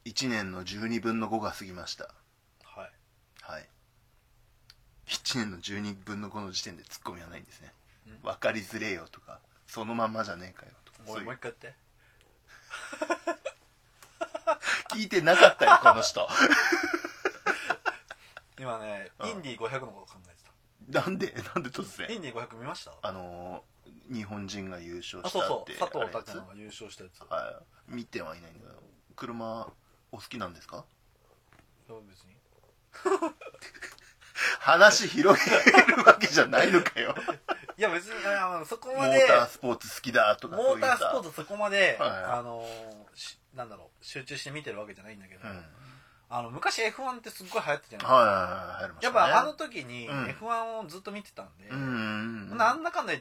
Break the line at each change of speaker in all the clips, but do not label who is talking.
1年の12分の5が過ぎました。
はい。
はい。1年の12分の5の時点でツッコミはないんですね。分かりづれえよとか、そのまんまじゃねえかよとか。
もう一回やって。
聞いてなかったよ、この人。
今ね、インディ500のこと考えてた。
なんで突然。
インディ500見ました？
日本人が優勝
あ、
した
そう
って。
そう、佐藤健が優勝したやつ。
はい。見てはいないんだよ。車、お好きなんですか？
いや、別に。
話広げるわけじゃないのかよ。
いや、別に、そこ
モ
まで。
ータースポーツ好きだとか。
モータースポーツそこまで、
はい
なんだろう、集中して見てるわけじゃないんだけど、
うん、
昔 F1 ってすっごい流行ってたじゃないですか。
はい、流行りましたね。
やっぱあの時に F1 をずっと見てたんで、なんだかんだ言って、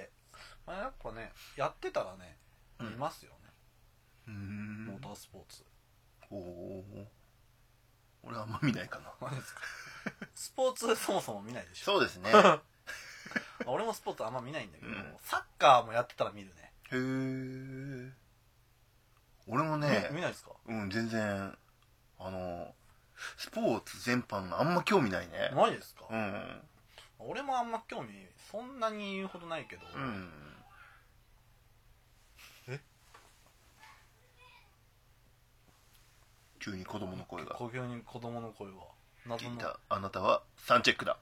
やっぱね、やってたらね、見ますよね。モータースポーツ。
おお。俺はあんま見ないかな。
何ですか？スポーツそもそも見ないでしょ。
そうですね。
俺もスポーツあんま見ないんだけど、サッカーもやってたら見るね。
へえ。俺もね、
見ないですか？
全然スポーツ全般あんま興味ないね。
ないですか？
うん。
俺もあんま興味そんなに言うほどないけど。
急に子供の声が。
急に子供の声が。
聞いた。あなたはサンチェックだ。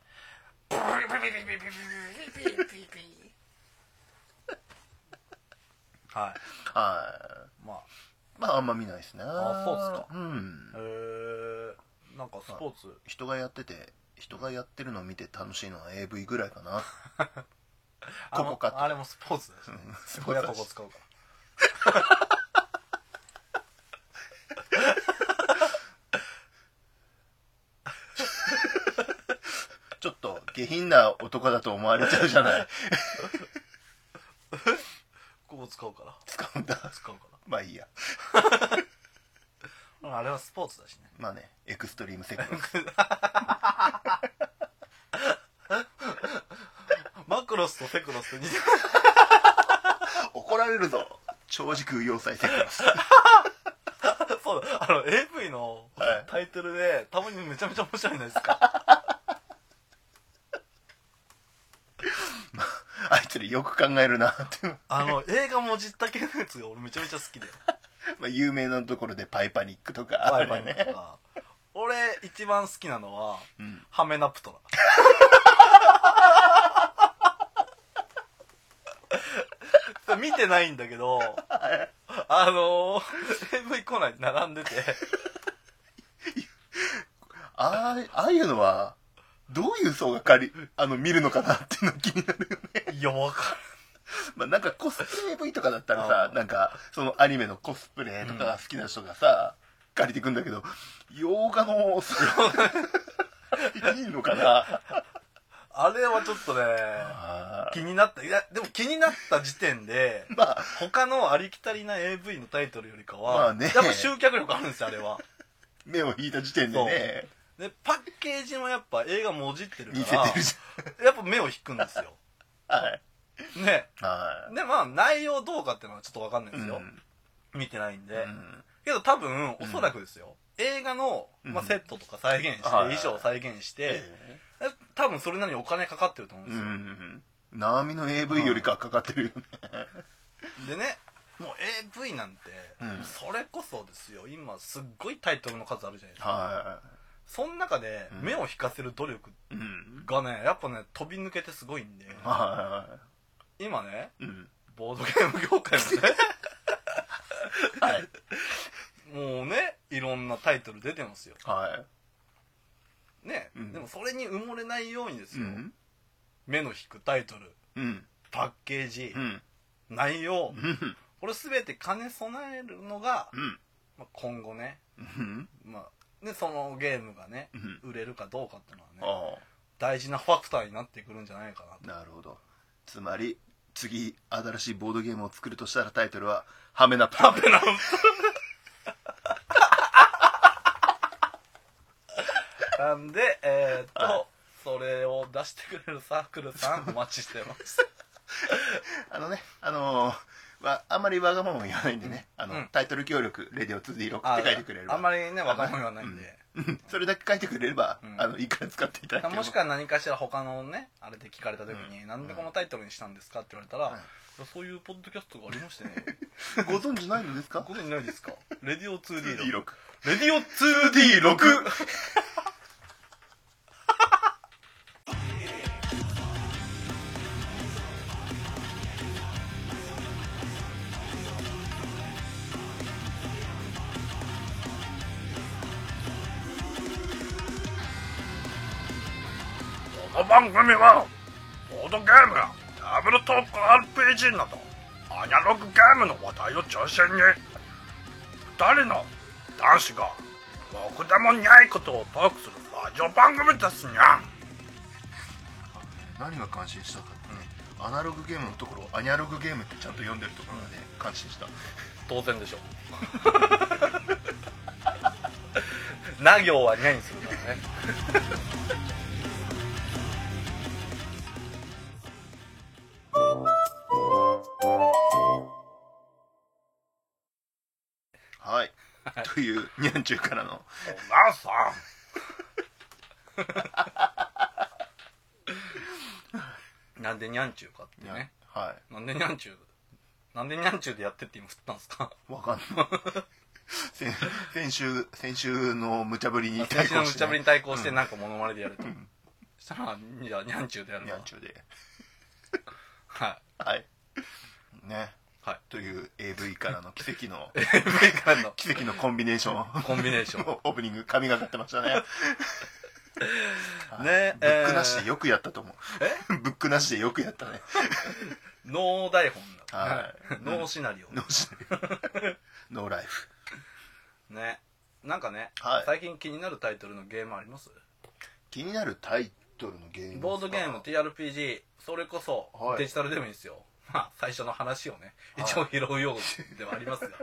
はい。
はい。まああんま見ないですね。
あ、そうですか。
うん。
なんかスポーツ、
人がやってるのを見て楽しいのは AV ぐらいかな。ここか
あれもスポーツだしね。親ここ使うから。
ちょっと下品な男だと思われちゃうじゃない。
ここ使うから。
使うんだ。
使うか
まあいいや。
ら。あれはスポーツだしね。
まあね、エクストリームセクロス。
マクロスとセクロスって似てる。
怒られるぞ。長時空要塞セクロス。
そうだ、AV のタイトルでたまにめちゃめちゃ面白いじゃないですか。
あいつらよく考えるなって。
映画もじった系のやつが俺めちゃめちゃ好きで。
まあ有名なところでパイパニックとか。
パイパニックとか。俺一番好きなのは、ハメナプトラ。見てないんだけど、AV コーナーに並んでて。
ああいうのは、どういう層が見るのかなっていうの気になるよね。
いや、わかる。
まあなんかコスプレ AV とかだったらさ、なんかそのアニメのコスプレとかが好きな人がさ、借りてくんだけど、洋画の、いいのかな。
あれはちょっとね、気になった。いや、でも気になった時点で、
まあ、
他のありきたりな AV のタイトルよりかは、
まあね、
やっぱ集客力あるんですよ、あれは。
目を引いた時点でね。
で、パッケージもやっぱ映画もじってるから、
似せてるじ
やっぱ目を引くんですよ。
はい。
ね。
はい。
で、まあ、内容どうかっていうのはちょっとわかんないですよ。見てないんで。けど多分、おそらくですよ。映画の、セットとか再現して、衣装を再現して、多分それなりにお金かかってると思うんですよ。
波の AV よりかかってるよね。
でね、もう AV なんて、それこそですよ、今すっごいタイトルの数あるじゃないですか。その中で目を引かせる努力がね、やっぱね、飛び抜けてすごいんで、今ね、ボードゲーム業界もね、もうね、いろんなタイトル出てますよ。ね、でもそれに埋もれないようにですよ、目の引くタイトル、パッケージ、内容、これ全て兼ね備えるのが、今後ね、そのゲームがね、売れるかどうかっていうのはね、大事なファクターになってくるんじゃないかなと。
なるほど。つまり次新しいボードゲームを作るとしたらタイトルはハメナプト。
なんでそれを出してくれるサークルさんお待ちしてます。
あんまりわがまま言わないんでね、タイトル協力レディオ 2D6 って書いてくれれば、
あんまりねわがまま言わないんで、
それだけ書いてくれれば、いくら使っていただければ、
もしくは何かしら他のねあれで聞かれた時に、なんでこのタイトルにしたんですかって言われたら、そういうポッドキャストがありましてね
ご存知ないのですか？
ご存知ないですか？レディオ 2D6
レディオ 2D6
この番組はボードゲームやタブルトーク RPG などアナログゲームの話題を中心に2人の男子が僕でもないことをトークするラジオ番組ですにゃ。
何が感心したかってね、アナログゲームのところをアニャログゲームってちゃんと読んでるところがね、感心した。
当然でしょな行はにゃにするからね
はい、というにゃんちゅうからの
お母さ
んなんでにゃんちゅうかってね、
はい、
なんでにゃんちゅうでやってって今振ったんですか？
わかんない先週の無茶ぶりに
対抗して、なんかモノマネでやると、したらじゃあにゃんちゅうでやる
にゃんちゅうで
はい
はいね、
はい、
という AV からの奇跡の
奇跡の
コンビネーション
オ
ープニング神がかってましたね
ね、
ブックなしでよくやったと思う。ブックなしでよくやったね。
ノー台本だ、
はい、
ノーシナリオ
ノーライフ
ね。なんかね、最近気になるタイトルのゲームあります？
気になるタイトルのゲーム、
ボードゲーム TRPG、 それこそデジタルでもいいですよ。まあ最初の話をね一応拾うようではありますが、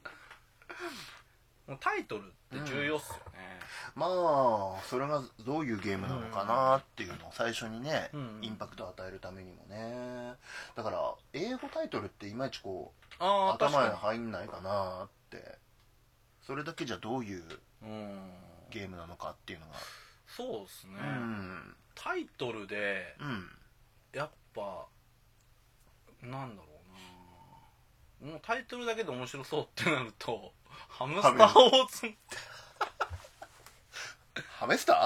もうタイトルって重要っすよね。
まあそれがどういうゲームなのかなっていうのを最初にね、インパクトを与えるためにもね。だから英語タイトルっていまいちこう頭に入んないかなって。それだけじゃどういうゲームなのかっていうのが、
そうですね、タイトルで、やっぱなんだろうな、もうタイトルだけで面白そうってなるとハムスターオーズ
ハメスター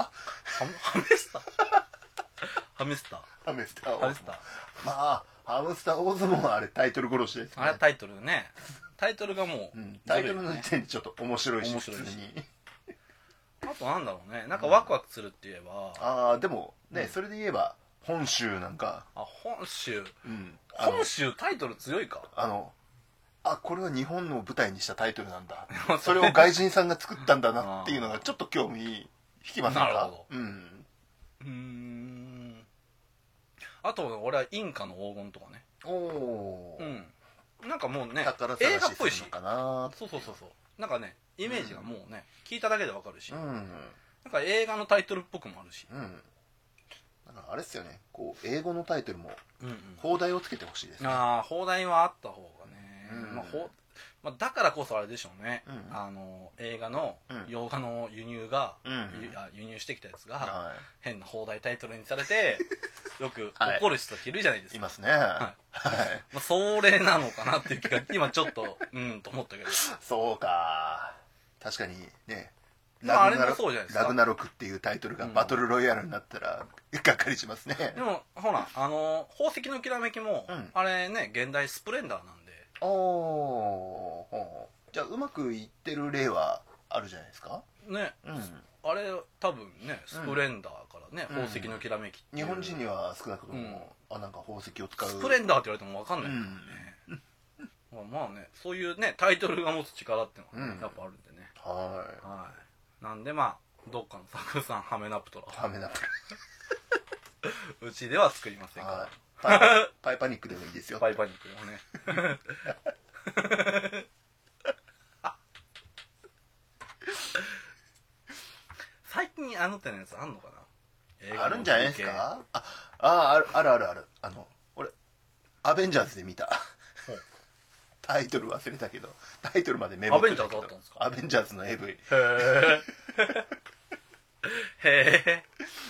まあハムスターオーズもあれタイトル殺しですね。
あれタイトルね、タイトルがもう、
タイトルの時点でちょっと面白いし、
あとなんだろうね、なんかワクワクするって言えば、
でもね、それで言えば本州なんか、
本州タイトル強いか。
これは日本の舞台にしたタイトルなんだそれを外人さんが作ったんだなっていうのがちょっと興味引きませんか？
なるほど。あと俺はインカの黄金とかね。なんかもうね、映画っぽいし、そうなんかね、イメージがもうね、聞いただけでわかるし、なんか映画のタイトルっぽくもあるし、
だからあれっすよね、こう英語のタイトルも邦題をつけてほしいですね。
邦題はあった方がね、だからこそあれでしょうね、映画の洋画の輸入してきたやつが変な邦題タイトルにされてよく怒る人たちいるじゃないですか。
いますね。
それなのかなっていう気が今ちょっとと思ったけど。
そうか、確かにね、
あれもそうじゃないですか。
ラグナロクっていうタイトルがバトルロイヤルになったらがっかりしますね。
でもほら宝石のきらめきもあれね、現代スプレンダーなんで。
じゃあうまくいってる例はあるじゃないですか
ね。あれ多分ね、スプレンダーからね、宝石のきらめきって
日本人には少なくともなんか宝石を使う
スプレンダーって言われても分かんないからね。まあね、そういうねタイトルが持つ力っていうのがやっぱあるんでね。なんでまあどっかの作家さんハメナプトラうちでは作りませんから。
パイパニックでもいいですよ。
パイパニックでもね。最近あの手のやつあんのかな。
あるんじゃないですか。ある。俺アベンジャーズで見た。 タイトル忘れたけど、タイトルまでメモってたけど。
アベンジャーズあったんですか？
アベンジャーズの AV。
へえへえ。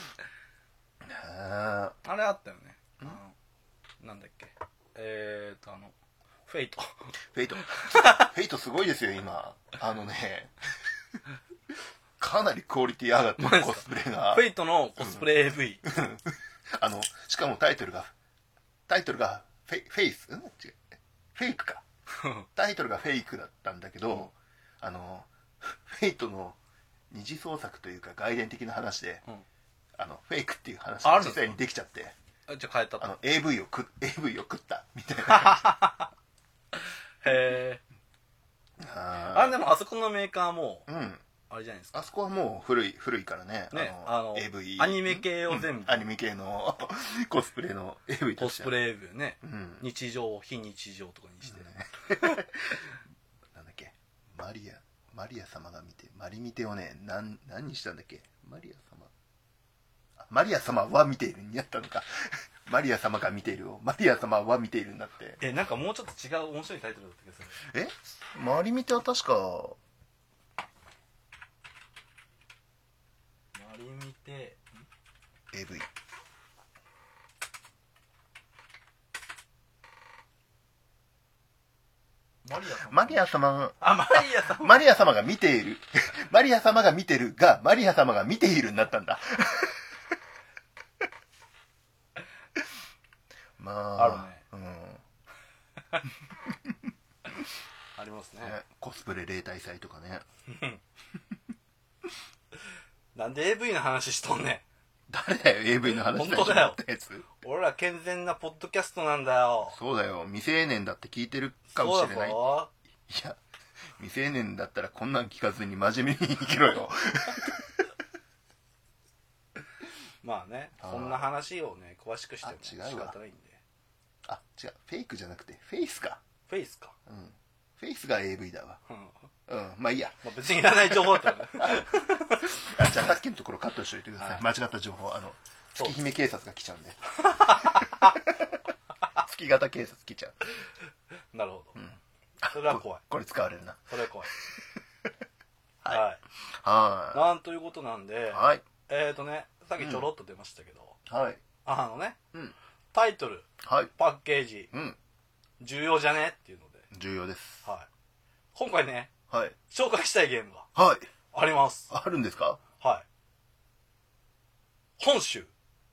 あれあったよね。なんだっけ、フェイト
フェイトすごいですよ今。かなりクオリティ上がってるコスプレが。
フェイトのコスプレ AV。
しかもタイトルがフェイス、違う、フェイクか。タイトルがフェイクだったんだけど、フェイトの二次創作というか外伝的な話で、フェイクっていう話が実際にできちゃって、
じゃあ変えたと。
AV を食ったみたいな感
じ。へえ。でもあそこのメーカーも、あれじゃないですか。
あそこはもう古いからね。AV
アニメ系を全部、
アニメ系のコスプレの AV
コスプレ AV ね、日常非日常とかにして、
なんだっけ、マリア様が見て、マリミテをね、何にしたんだっけ、マリア様は見ているにやったのか。マリア様が見ているをマリア様は見ているになって、
なんかもうちょっと違う面白いタイトルだった気がする。
マリミテは確か
マリミテ
AV。マリア様が見ているマリア様が見てるがマリア様が見ているになったんだ。まあ
あるね。ありますね。
コスプレ例大祭とかね。
なんで AV の話しとんねん。
誰だよ AV の話
本当だよ。
やつ。
俺ら健全なポッドキャストなんだよ。
そうだよ、未成年だって聞いてるかもしれない。いや、未成年だったらこんなん聞かずに真面目に生きろよ。
まあね、そんな話をね詳しくしても仕方ないんで。
違う、フェイクじゃなくてフェイスか。
フェイスか。
フェイスが AV だわ。まあいいや。
別にいらない情報だったらね。
じゃあさっきのところカットしておいてください。間違った情報、月姫警察が来ちゃうんで。月型警察来ちゃう。
なるほど。それは怖い。
これ使われるな。
それは怖い。
はい。
なんということなんで、
はい。
さっきちょろっと出ましたけど、
はい。
タイトル、
はい、
パッケージ、重要じゃねっていうので。
重要です。
はい。今回ね、
はい。
紹介したいゲームが、
はい。
あります。
あるんですか？
はい。本州。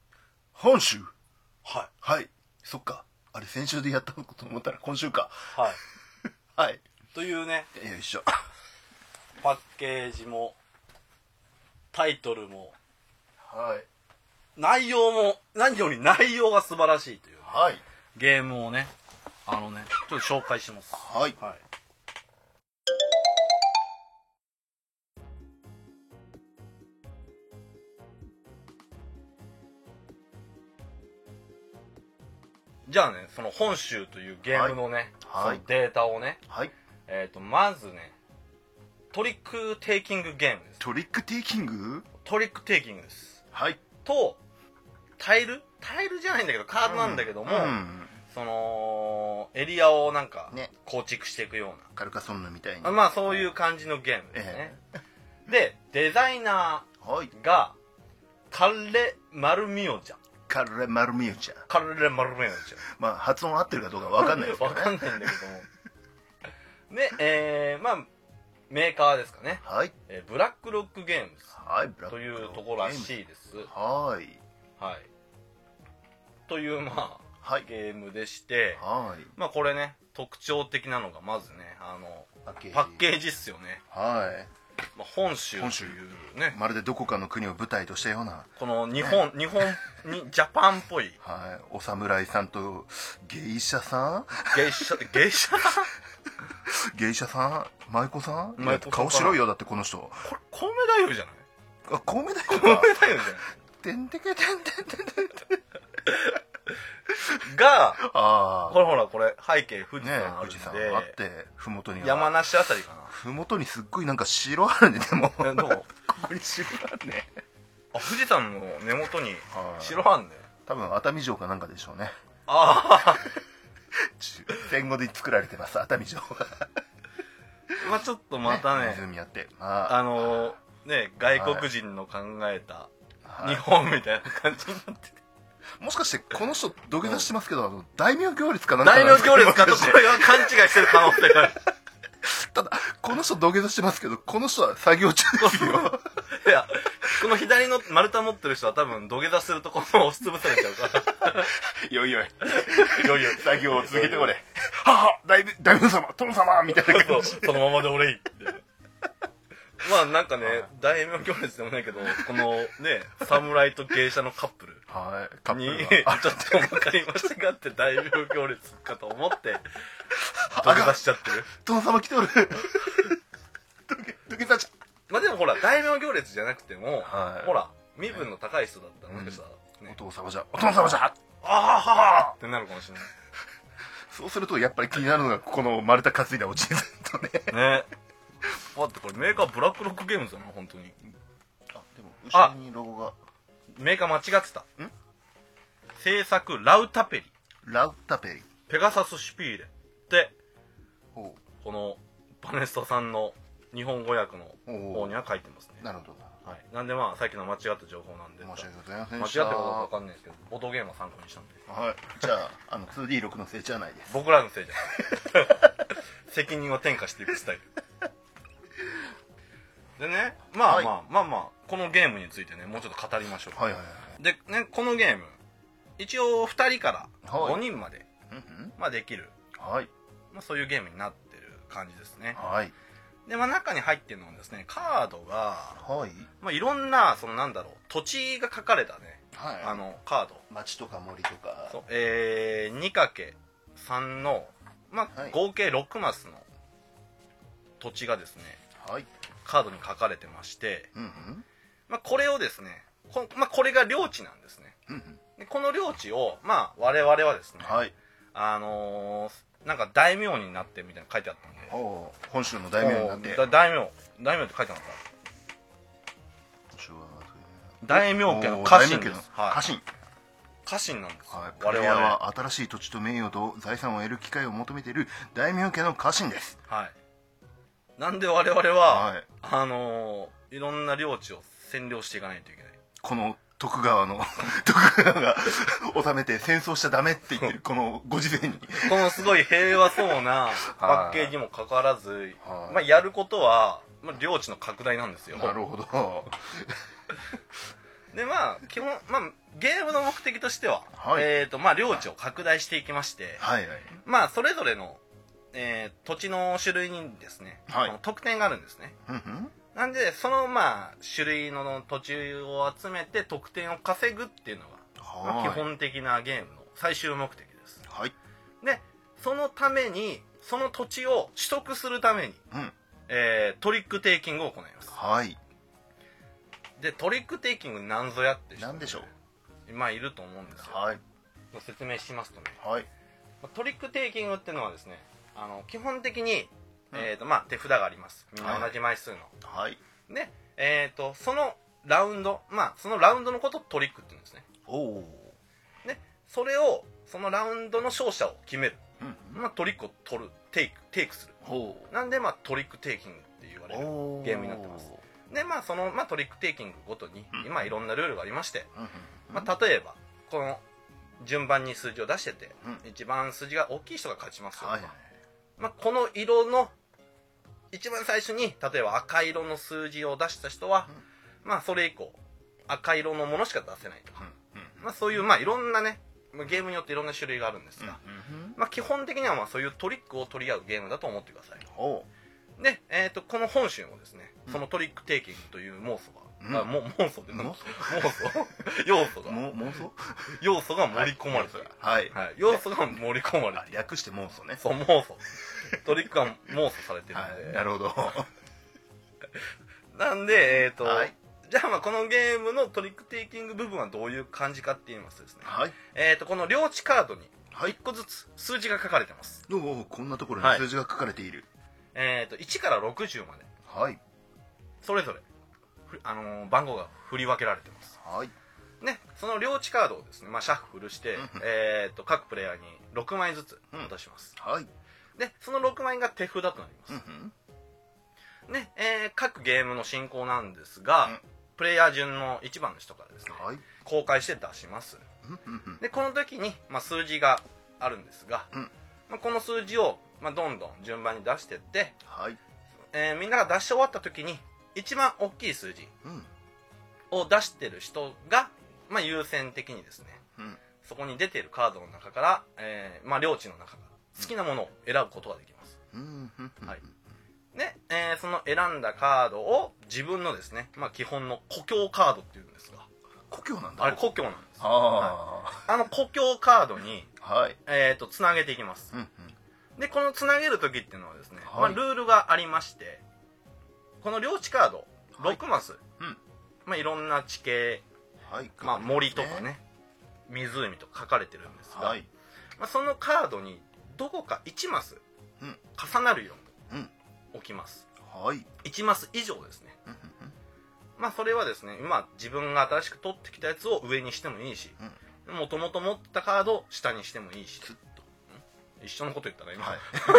はい。
はい。そっか。あれ先週でやったこと思ったら今週か。
はい。
はい。
というね、
よいしょ。
パッケージも、タイトルも、
はい。
内容も、何より内容が素晴らしいという、ね、
はい。
ゲームをね、ちょっと紹介します。
はい。はい。
じゃあね、その本州というゲームのね、
はい、
そのデータをね、
はい、
まずね、トリックテイキングゲームです。
トリックテイキング？
トリックテイキングです。
はい。
と、タイルじゃないんだけど、カードなんだけども、その、エリアをなんか、構築していくような。
カルカソンヌみたいに。
まあそういう感じのゲームですね。で、デザイナーが、カルレ・マルミオちゃん。
カルレ・マルミオちゃん。
カルレ・マルミオちゃん。
まあ発音合ってるかどうかわかんないですけどね。
わかんないんだけども。で、まあ、メーカーですかね。
はい。
ブラックロックゲームズ。
はい、ブラック
というところらしいです。
はい。
はい。という、まあ、ゲームでして、
はい。
まあこれね、特徴的なのがまずね、パッケージっすよね。
はい。
まあ、本州というね。
まるでどこかの国を舞台としたような。
この日本に、ジャパンっぽい。
はい。お侍さんと芸者さん
芸者
芸者さん舞妓さん顔白いよ、だってこの人。こ
れ、コウメ太夫じゃない？
あ、コウメ太夫
コウメ太夫じゃない
てんてけてんてんてんてんてん。
が、ほらこれ背景富士山あるんで、
富士山あって麓には
山梨あたりかな。
麓にすっごいなんか城あるね。でも
どう？
ここに城あるね。
あ、富士山の根元に城あんね。
多分熱海城かなんかでしょうね。
ああ
戦後で作られてます熱海城が
まあちょっとまたね
湖あって、
ね、外国人の考えた日本みたいな感じになってて、
もしかしてこの人土下座してますけど、大名行列かなん
か大名行列かとこれが勘違いしてる可能性がある
ただこの人土下座してますけど、この人は作業中ですよ
いや、この左の丸太持ってる人は多分土下座するとこの押しつぶされちゃうから
よいよい作業を続けてこれ大名様殿様みたいな感じで
そのままで俺いいってまあなんかね、大名行列でもないけど、このね、侍と芸者のカップルに、ちょっと分かりましたがって大名行列かと思って、土下座しちゃってる。
殿様来ておる土下座ちゃ
まあでもほら、大名行列じゃなくても、ほら、身分の高い人だったら、もしかしたら、
お父様じゃ、お殿様じゃ
あってなるかもしれない。
そうすると、やっぱり気になるのが、この丸太担いだおじいさんとね。
ね。だってこれメーカーブラックロックゲームズだな、本当に。
でも後ろにロゴが
メーカー間違ってた。制作ラウタペリペガサスシュピーレってこのバネストさんの日本語訳の方には書いてますね。
なるほど、
はい、なんでまあさっきの間違った情報なんで
申し訳ございません
間違ってるかどうか分かんないですけど、ボードゲームは参考にしたんで、
はい、じゃあ2D6 のせいじゃないです。
僕らのせいじゃない責任を転嫁していくスタイルでね、まあこのゲームについてね、もうちょっと語りましょう。でね、このゲーム一応2人から5人まで、まあ、できる、まあ、そういうゲームになってる感じですね。で、まあ、中に入ってるのはですね、カードが、まあ、いろんなそのなんだろう、土地が書かれたね、カード、
町とか森とか、
2×3 の、まあ、合計6マスの土地がですね、カードに書かれてまして、まあ、これをですね、まあ、これが領地なんですね。でこの領地を、まあ、我々はですね、なんか大名になってみたいなの書いてあったんで、
本州の大名になって
大名って書いてなかった。大名家の家臣です。家臣なんですよ。
我々は新しい土地と名誉と財産を得る機会を求めている大名家の家臣です。
なんで我々は、いろんな領地を占領していかないといけない。
この徳川が治めて戦争しちゃダメって言ってるこのご時世に
このすごい平和そうなパッケージにもかかわらず、まあ、やることは、まあ、領地の拡大なんですよ。
なるほど
でまあ基本、まあ、ゲームの目的としては、まあ、領地を拡大していきまして、まあそれぞれの、土地の種類にですね、得点があるんですね。なんでそのまあ種類の土地を集めて得点を稼ぐっていうのが、まあ、基本的なゲームの最終目的です。でそのためにその土地を取得するために、トリックテイキングを行います。でトリックテイキングなんぞやって人、
でしょう、
今いると思うんですよ。説明しますとね、トリックテイキングっていうのはですね、基本的にまあ、手札があります。みんな同じ枚数の。で、そのラウンド、まあ、そのラウンドのことをトリックって言うんですね。で、それを、そのラウンドの勝者を決める。まあ、トリックを取る、テイクする。なんで、まあ、トリックテイキングって言われるゲームになってます。で、まあ、その、まあ、トリックテイキングごとに、今いろんなルールがありまして、まあ、例えば、この、順番に数字を出してて、一番数字が大きい人が勝ちますよ。まあ、この色の一番最初に例えば赤色の数字を出した人は、まあそれ以降赤色のものしか出せないとか、まあそういうまあいろんなね、ゲームによっていろんな種類があるんですが、まあ基本的にはまあそういうトリックを取り合うゲームだと思ってください。で、この本州もですね、そのトリックテイキングという妄想が、要素が盛り込まれてる。要素が盛り込まれてる。
略して妄想ね。
そう、妄想。トリックが妄想されてるんで。
なるほど。
なんで、じゃあまあこのゲームのトリックテイキング部分はどういう感じかって言いますとですね、この領地カードに1個ずつ数字が書かれてます。
こんなところに数字が書かれている。
1から60まで。それぞれ、番号が振り分けられてます。 ね、その領地カードをですね、シャッフルして、各プレイヤーに6枚ずつ渡します。はい。で、その6枚が手札となります。ね、各ゲームの進行なんですが、プレイヤー順の1番の人からですね、公開して出します。で、この時に、数字があるんですが、この数字を、どんどん順番に出していって、みんなが出し終わった時に、一番大きい数字を出してる人が、優先的にですね、そこに出ているカードの中から、領地の中から好きなものを選ぶことができます。はい。で、その選んだカードを自分のですね、基本の故郷カードっていうんですが。
故郷なんだ。
あれ故郷なんです。故郷カードに、つなげていきます。で、このつなげる時っていうのはですね、ルールがありまして、この領地カード6マス、いろんな地形、森とかね、湖とか書かれてるんですが、そのカードにどこか1マス重なるように置きます。1マス以上ですね。それはですね、今自分が新しく取ってきたやつを上にしてもいいし、もともと持ったカードを下にしてもいいし、一緒のこと言ったら今、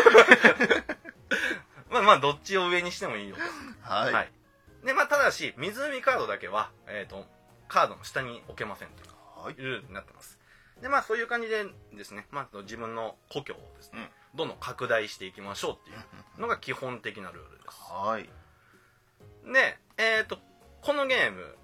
どっちを上にしてもいいよと。で、ただし湖カードだけはカードの下に置けませんというルールになってます。で、そういう感じでですね、自分の故郷をですね、どんどん拡大していきましょうっていうのが基本的なルールです。で、このゲーム、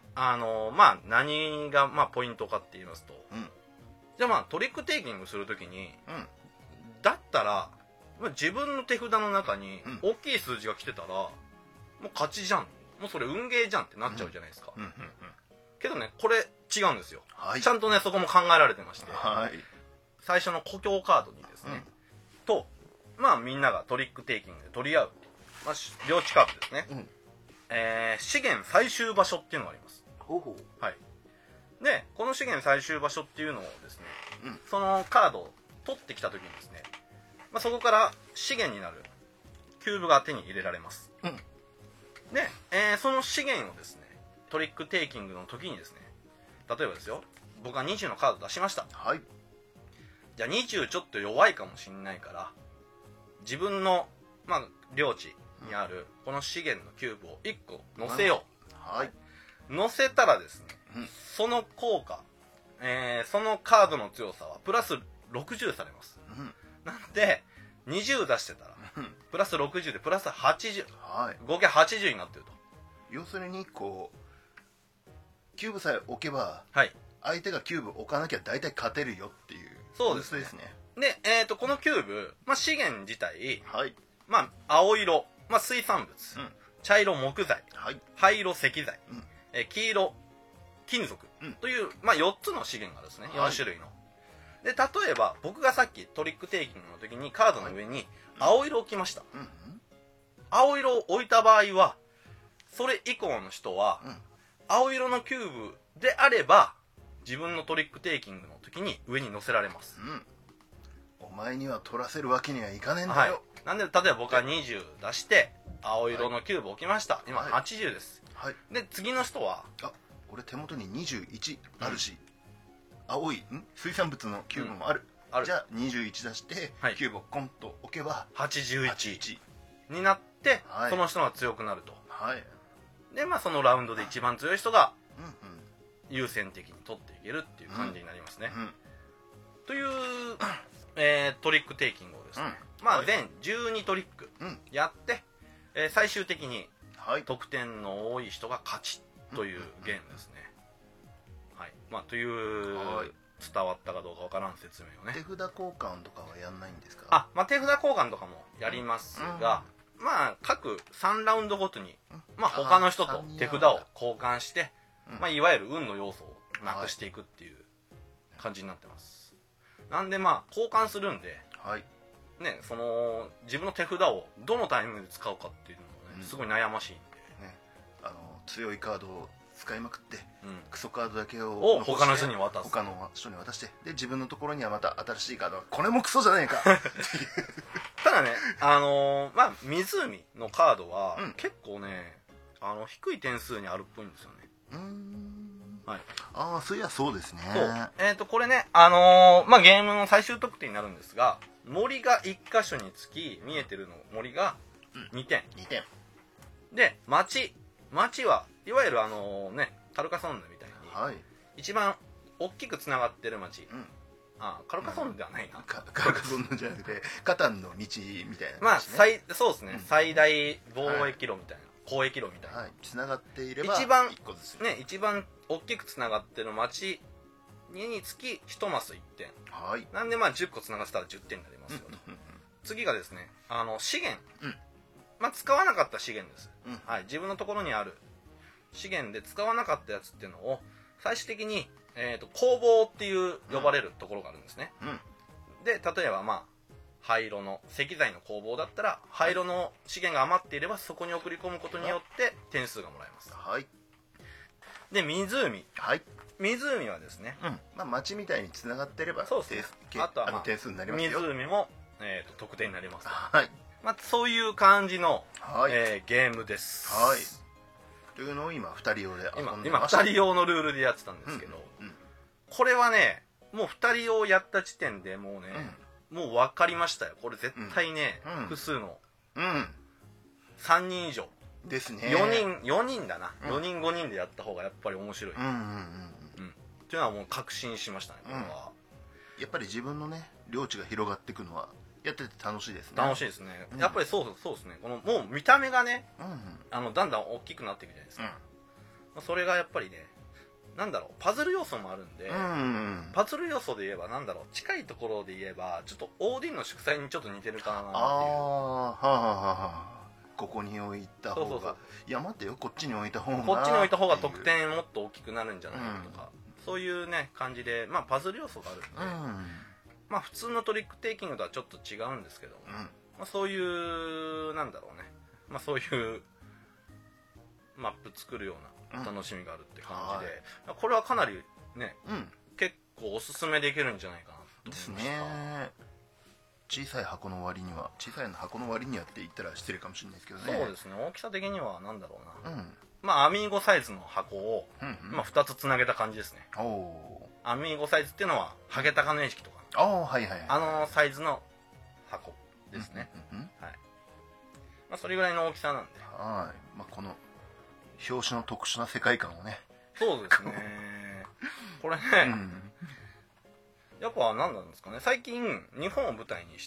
何がポイントかって言いますと、じゃあトリックテイキングするときに、だったら自分の手札の中に大きい数字が来てたら、もう勝ちじゃん、もうそれ運ゲーじゃんってなっちゃうじゃないですか。けどね、これ違うんですよ。ちゃんとね、そこも考えられてまして、最初の故郷カードにですね、とみんながトリックテイキングで取り合う、領地カードですね、資源最終場所っていうのがあります。で、この資源最終場所っていうのをですね、そのカードを取ってきた時にですね、そこから資源になるキューブが手に入れられます。で、その資源をですね、トリックテイキングの時にですね、例えばですよ、僕が20のカード出しました。じゃあ20ちょっと弱いかもしれないから、自分の領地にあるこの資源のキューブを1個乗せよう。乗せたらですね、その効果、そのカードの強さはプラス60されます。なんで20出してたらプラス60でプラス80、合計80になってると。
要するにこうキューブさえ置けば、相手がキューブ置かなきゃ大体勝てるよっていう。
そうですね。で、このキューブ、資源自体、青色、水産物、茶色木材、灰色石材、黄色金属という、4つの資源があるんですね。4種類の。で、例えば僕がさっきトリックテイキングの時にカードの上に青色を置きました。青色を置いた場合は、それ以降の人は、青色のキューブであれば自分のトリックテイキングの時に上に乗せられます。
お前には取らせるわけにはいかねえんだよ。
なんで例えば僕は20出して青色のキューブ置きました。今80です。で、次の人は、
俺手元に21あるし、青い水産物のキューブもある。じゃあ21出してキューブをコンと置けば
81になって、その人が強くなると。で、そのラウンドで一番強い人が優先的に取っていけるっていう感じになりますね。という、トリックテイキングをですね、全12トリックやって、最終的に得点の多い人が勝ちというゲームですね。という伝わったかどうかわからん説明をね。
手札交換とかはやんないんですか？
手札交換とかもやりますが、各3ラウンドごとに、他の人と手札を交換して、いわゆる運の要素をなくしていくっていう感じになってます。なんで交換するんで、ね、その自分の手札をどのタイミングで使うかっていうのもね、すごい悩ましいんで、ね、
強いカードを使いまくって、クソカードだけを
他の人に渡す。
他の人に渡して、で自分のところにはまた新しいカードがこれもクソじゃねえか
ただね、湖のカードは、結構ね、低い点数にあるっぽいんですよね。 はい、
ああ、そういやそうですね。
そう、これね、まあ、ゲームの最終得点になるんですが、森が1箇所につき見えてるの森が2点、
2点
で町はいわゆるカルカソンヌみたいに、
はい、
一番大きくつながってる町、カルカソンヌではないな、
カルカソンヌじゃなくてカタンの道みたいな、ね、
まあそうですね、最大貿易路みたいな、交易路みたいな、
つながっていれば
一番
1個ずつ
一番大きくつながってる町につき1マス1点、
はい、
なんでまあ10個つながってたら10点になりますよと。次がですね、資源、まあ、使わなかった資源です、はい、自分のところにある資源で使わなかったやつっていうのを最終的に、工房っていう呼ばれるところがあるんですね、で例えばまあ灰色の石材の工房だったら灰色の資源が余っていればそこに送り込むことによって点数がもらえます、
はい、
で湖、
はい、
湖はですね、
まあ、町みたいにつながってれば
そうです、あとは、まあ、
点数になりますよ。
湖も、得点になります、
はい、
まあ、そういう感じの、
はい、
ゲームです。
はい。というのを今2人用で遊んでました。
今2人用のルールでやってたんですけど、これはね、もう2人用やった時点でもうね、もう分かりましたよ。これ絶対ね、複数の、3人以上
ですね。
4人だな、4人5人でやった方がやっぱり面白い。っていうのはもう確信しましたね、これは。
やっぱり自分のね、領地が広がっていくのはやってて楽しいですね。
楽しいですね。やっぱりそうですね。このもう見た目がね、だんだん大きくなっていくじゃないですか。それがやっぱりね、なんだろう、パズル要素もあるんで、パズル要素で言えばなんだろう、近いところで言えばちょっとオーディンの祝祭にちょっと似てるかなっていう。
ここに置いた方が、いや待ってよ、こっちに置いた方が、
得点もっと大きくなるんじゃないかとか、そういうね感じで、まあパズル要素があるんで、まあ普通のトリックテイキングとはちょっと違うんですけど、まあそういうなんだろうね、まあそういうマップ作るような楽しみがあるって感じで、これはかなりね、結構おすすめできるんじゃないかなと思いました。ですね。
小さい箱の割にはって言ったら失礼かもしれないですけどね。
そうですね、大きさ的にはなんだろうな、まあアミーゴサイズの箱を、まあ、2つつなげた感じですね。アミーゴサイズっていうのはハゲタカの絵式とか、サイズの箱ですね。まあそれぐらいの大きさなんで、
まあこの表紙の特殊な世界観をね。
そうですね。これね、やっぱ何なんですかね、最近日本を舞台にした、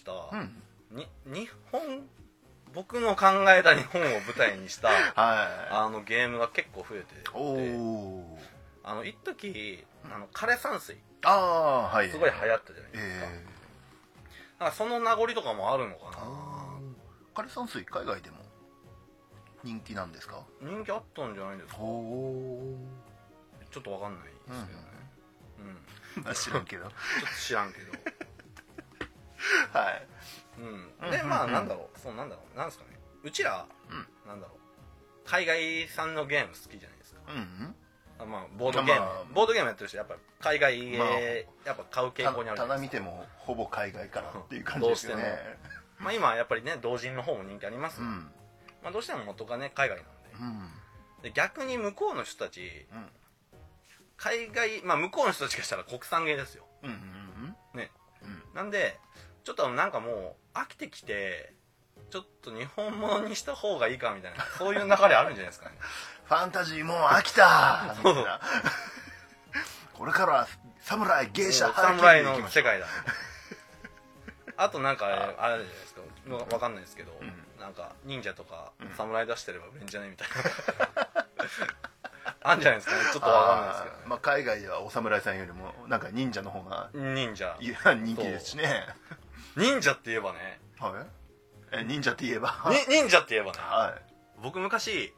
僕の考えた日本を舞台にしたゲームが結構増えてて、一時枯山水すごい流行ったじゃないですか。だからその名残とかもあるのかな。
枯山水海外でも人気なんですか？
人気あったんじゃないですか。ちょっと分かんないですけどね。
知らんけど。
ちょっと知らんけど。
はい。
でまあなんだろう、なんですかね。うちらなんだろう、海外産のゲーム好きじゃないですか。まあボードゲームやってる人やっぱ海外やっぱ買う傾向にある。
棚見てもほぼ海外からっていう感じですよね。
まあ今やっぱりね同人の方も人気あります。まあどうしても元がね海外なんで。で逆に向こうの人たち。海外、まあ向こうの人たちがしたら国産ゲーですよ。ね。なんで、ちょっとなんかもう飽きてきて、ちょっと日本物にした方がいいかみたいな、そういう流れあるんじゃないですかね。
ファンタジーもう飽きたみたいな。これからは侍、芸者、
侍の世界だ。あとなんか、あれじゃないですか、わかんないですけど、なんか忍者とか侍出してれば売れんじゃないみたいな。あんじゃないですかね、ちょっとわかんないですけどね。
まあ海外ではお侍さんよりもなんか忍者の方が
人気
ですしね。
忍者って言えばね、
忍者って言えば
忍者って言えばね、僕昔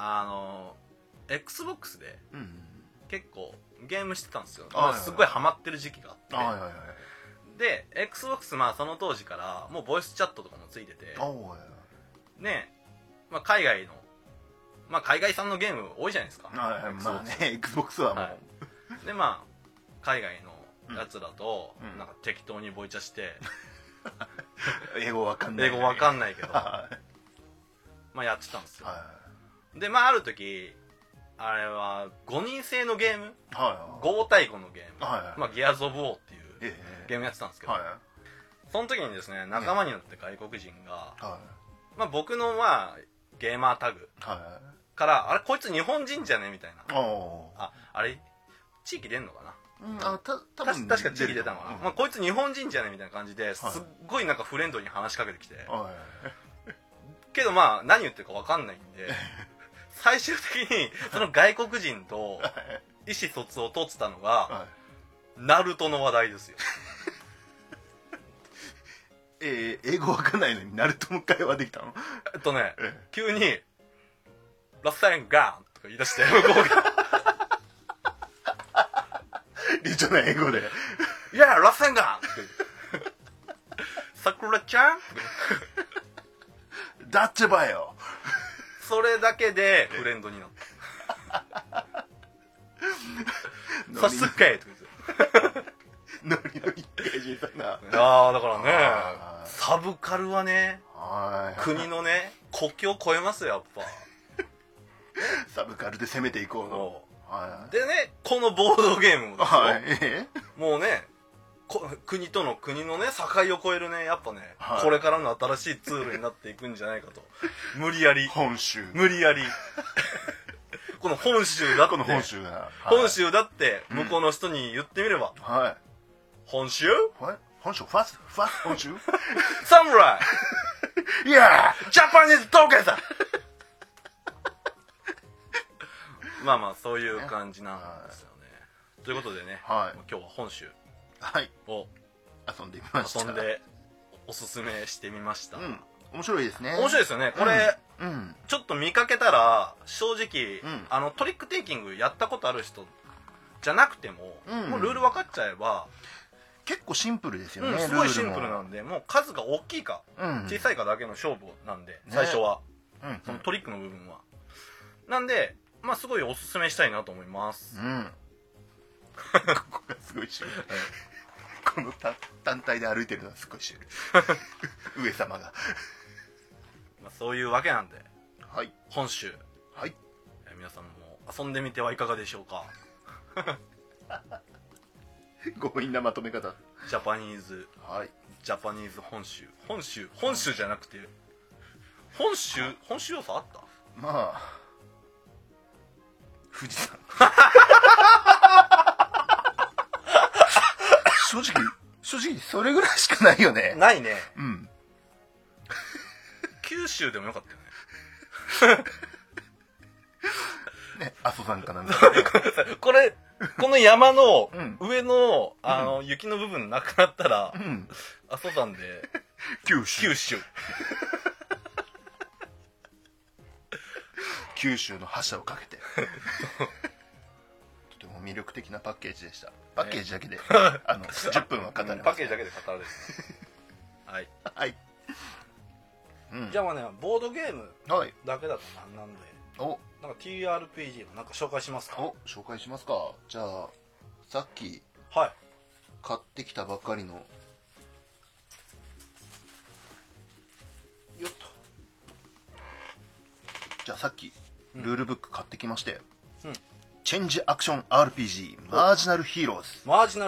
XBOX で結構ゲームしてたんですよ。すごいハマってる時期があって、で XBOX まあその当時からもうボイスチャットとかもついてて、ね、まあ海外のまあ海外産のゲーム多いじゃないですか。
まあね、XBOX はも
う。でまあ海外のやつだとなんか適当にボイチャして
英語わかんないけど
まあやってたんですよ。でまあある時あれは5人制のゲーム、
はい、
5対5のゲーム、
はい、
まあ、ギアーズ・オブ・ウォーっていうゲームやってたんですけど、その時にですね、仲間になって外国人が、まあ、僕のまあゲーマータグから、あれこいつ日本人じゃねみたいな、あれ地域出んのかな、確か地域出たのかな、まあ、こいつ日本人じゃねみたいな感じですっごいなんかフレンドに話しかけてきて、けどまあ何言ってるか分かんないんで最終的にその外国人と意思疎通を取ってたのがナルトの話題ですよ。
英語わかんないのにナルトの会話できたの？
急にラッセンガンとか言い出して向こうが
流暢な英語で
いやラッセンガンさくらちゃん
ダッチバよ
それだけでフレンドになったさすけとか言って
ノリの一回人さんな。
いやだからねサブカルはね国のね国境を越えますよやっぱ
サブカルで攻めていこうの。
でねこのボードゲームもですよ、もうね国との国のね境を越えるねやっぱね、これからの新しいツールになっていくんじゃないかと無理やり
本州
無理やりこの本州だって本州だって向こうの人に言ってみれば、本州
本州ファースト本州
サムライ
いや
ジャパニーズトーケンさまあまあそういう感じなんですよね、ということでね、今日は本州を
遊んでみました。
遊んでおすすめしてみました。
面白いですね。
面白いですよねこれ、ちょっと見かけたら正直、トリックテイキングやったことある人じゃなくても、もうルール分かっちゃえば
結構シンプルですよね、
すごいシンプルなんで、もう数が大きいか、小さいかだけの勝負なんで、最初は、そのトリックの部分はなんで、まあすごいおすすめしたいなと思います。
ここがすごいシュールこの単体で歩いてるのはすごいシュール上様が
まあそういうわけなんで、本州、皆さんも遊んでみてはいかがでしょうか。
強引なまとめ方。
ジャパニーズ本州じゃなくて本州要素あった？
まあ富士山正直それぐらいしかないよね。
ないね。九州でもよかったよね。
ね、阿蘇山かなんか
この山の上の、雪の部分なくなったら、阿蘇山で
九州九州の覇者をかけてとても魅力的なパッケージでした。パッケージだけで10分は語れます。
パッケージだけで語れる。はい、じゃあまあねボードゲームだけだとなんで、なんか TRPG のなんか紹介しますか？
紹介しますか。じゃあさっき買ってきたばっかりのよっと、じゃあさっきルールブック買ってきまして、チェンジアクション RPG マージナルヒーローズ。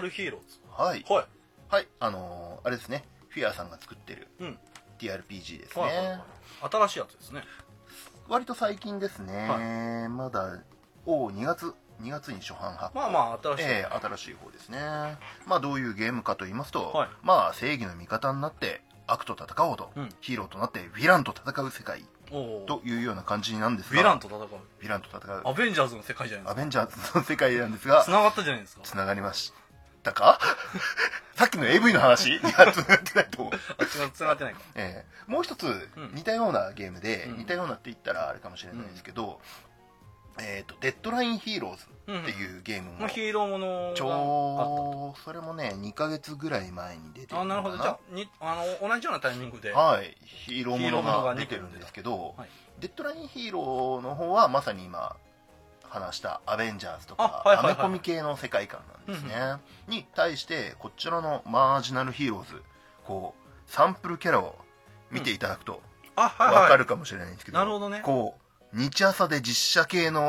あれですね、フィアさんが作ってる TRPG ですね。
新しいやつですね。
割と最近ですね、まだ2月に初版発行。新しい方ですね。まあどういうゲームかと言いますと、まあ正義の味方になって悪と戦おうと、ヒーローとなってヴィランと戦う世界というような感じなんですが、
ヴィランと戦うアベンジャーズの世界じゃないですか。
アベンジャーズの世界なんですが、
繋がったじゃないですか。
繋がりましたかさっきの AV の話？いや、繋がってないと思う。
繋がってないか。
もう一つ似たようなゲームで、似たようなって言ったらあれかもしれないですけど、デッドラインヒーローズっていうゲームも、
ヒーローもの
がそれもね2ヶ月ぐらい前に出てるのかな。
なるほど。じゃあ同じようなタイミングで
ヒーローものが出てるんですけど、デッドラインヒーローの方はまさに今話したアベンジャーズとかアメコミ系の世界観なんですね。に対してこちらのマージナルヒーローズ、こうサンプルキャラを見ていただくと分かるかもしれないんですけど、
なるほどね。
こう日朝で実写系の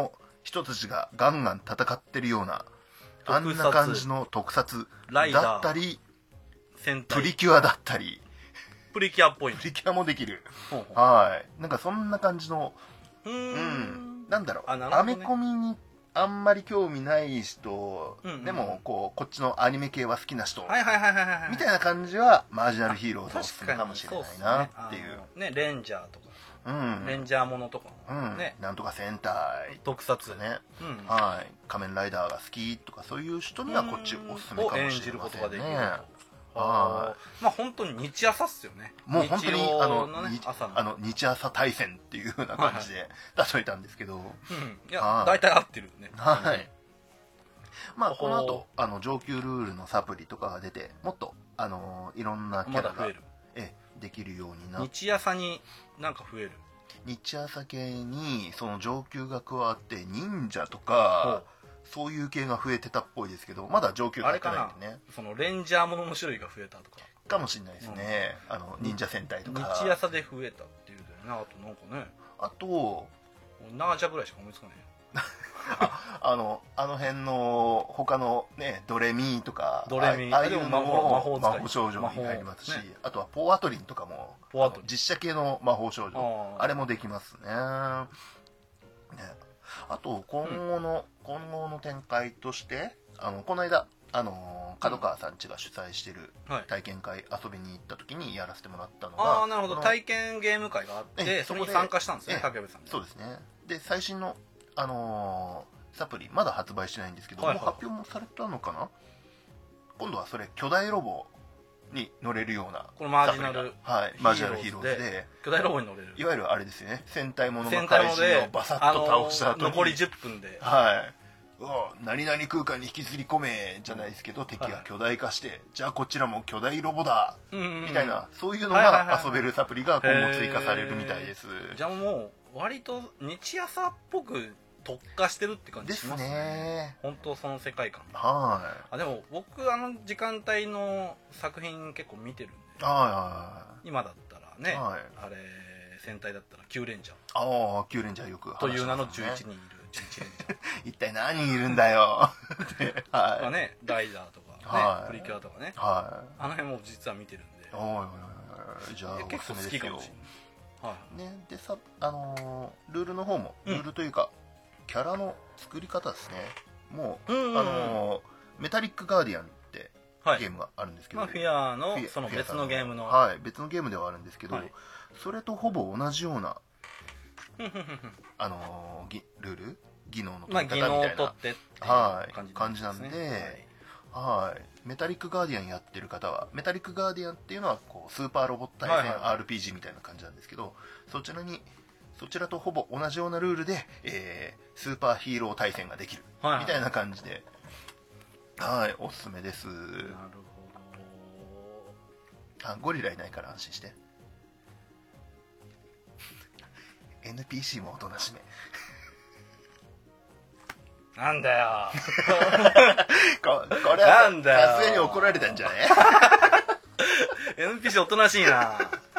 人たちがガンガン戦ってるようなあんな感じの特撮だったり、プリキュアだったり、
プリキュアっぽい、
プリキュアもできる。はい。なんかそんな感じの、なんだろう、アメコミにあんまり興味ない人、でもこっちのアニメ系は好きな人、みたいな感じはマージナルヒーローズおすすめかもしれないなっていう。
ね、レンジャーとか。レンジャーものとか、
なんとか戦隊
特撮
ね、はい、仮面ライダーが好きとかそういう人にはこっちおすすめかもしれませんね。
まあ本当に日朝っすよね。
もう本当に日朝対戦っていう風な感じで例えたんですけど、
いや大体合ってるね。
はい。まあこの後上級ルールのサプリとかが出てもっといろんなキャラができるようになって、
日朝になんか増える。
日朝系にその上級が加わって忍者とかそういう系が増えてたっぽいですけど、まだ上級がやってないんでね。
そのレンジャーものの種類が増えたとか
かもしれないですね。忍者戦隊とか
日朝で増えたっていうだよね。あとなんかね、
あと
ナージャぐらいしか思いつかない。
あの辺の他のねドレミとかああいうのも魔法少女に入りますし、あとはポーアトリンとかも実写系の魔法少女あれもできますね。あと今後の展開としてこの間角川さん家が主催してる体験会遊びに行った時にやらせてもらったのが、
なるほど、体験ゲーム会があってそれに参加したんですね、竹部さん。
そうですね。で最新のサプリまだ発売してないんですけど、もう発表もされたのかな。今度はそれ巨大ロボに乗れるような
このマージナル
ヒーローズで
巨大ロボに乗れる、
いわゆるあれですよね、戦隊ものの怪人をバサッと倒した後に
残り10分で
何々空間に引きずり込めじゃないですけど、敵が巨大化してじゃあこちらも巨大ロボだみたいな、そういうのが遊べるサプリが今後追加されるみたいです。
じゃあもう割と日朝っぽく特化してるって感じしますね。本当その世界観。でも僕時間帯の作品結構見てるんで、今だったらね、あれ戦隊だったら9レンジャー、
9レンジャーよく
という名の11人いる11レンジャー
一体何人いるんだよ
とかね、ライダーとかね、プリキュアとかね、あの辺も実は見てるんで、
じゃあ
結構好きかもしれ
ないね。でさ、ルールの方もルールというかキャラの作り方ですね。もうメタリックガーディアンってゲームがあるんですけど、
フィアのその別のゲームの
別のゲームではあるんですけど、それとほぼ同じようなルール、技能の取り方みたいな感じなんで、メタリックガーディアンやってる方は、メタリックガーディアンっていうのはこうスーパーロボット対戦 RPG みたいな感じなんですけど、そちらとほぼ同じようなルールで、スーパーヒーロー対戦ができるみたいな感じで、おすすめです。なるほど。ゴリラいないから安心して。NPC もおとなしめ。
なんだよ
これはさすがに怒られたんじゃね
NPC おとなしいな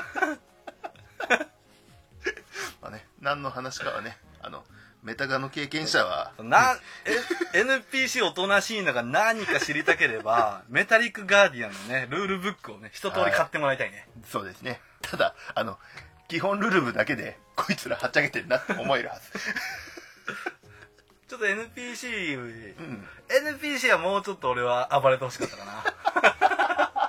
何の話かはね、メタガの経験者は
NPC おとなしいのが何か知りたければメタリックガーディアンのねルールブックをね一通り買ってもらいたいね。
そうですね。ただ基本ルール部だけでこいつらはっちゃけてるなって思えるはず
ちょっと NPC はもうちょっと俺は暴れてほしかったかな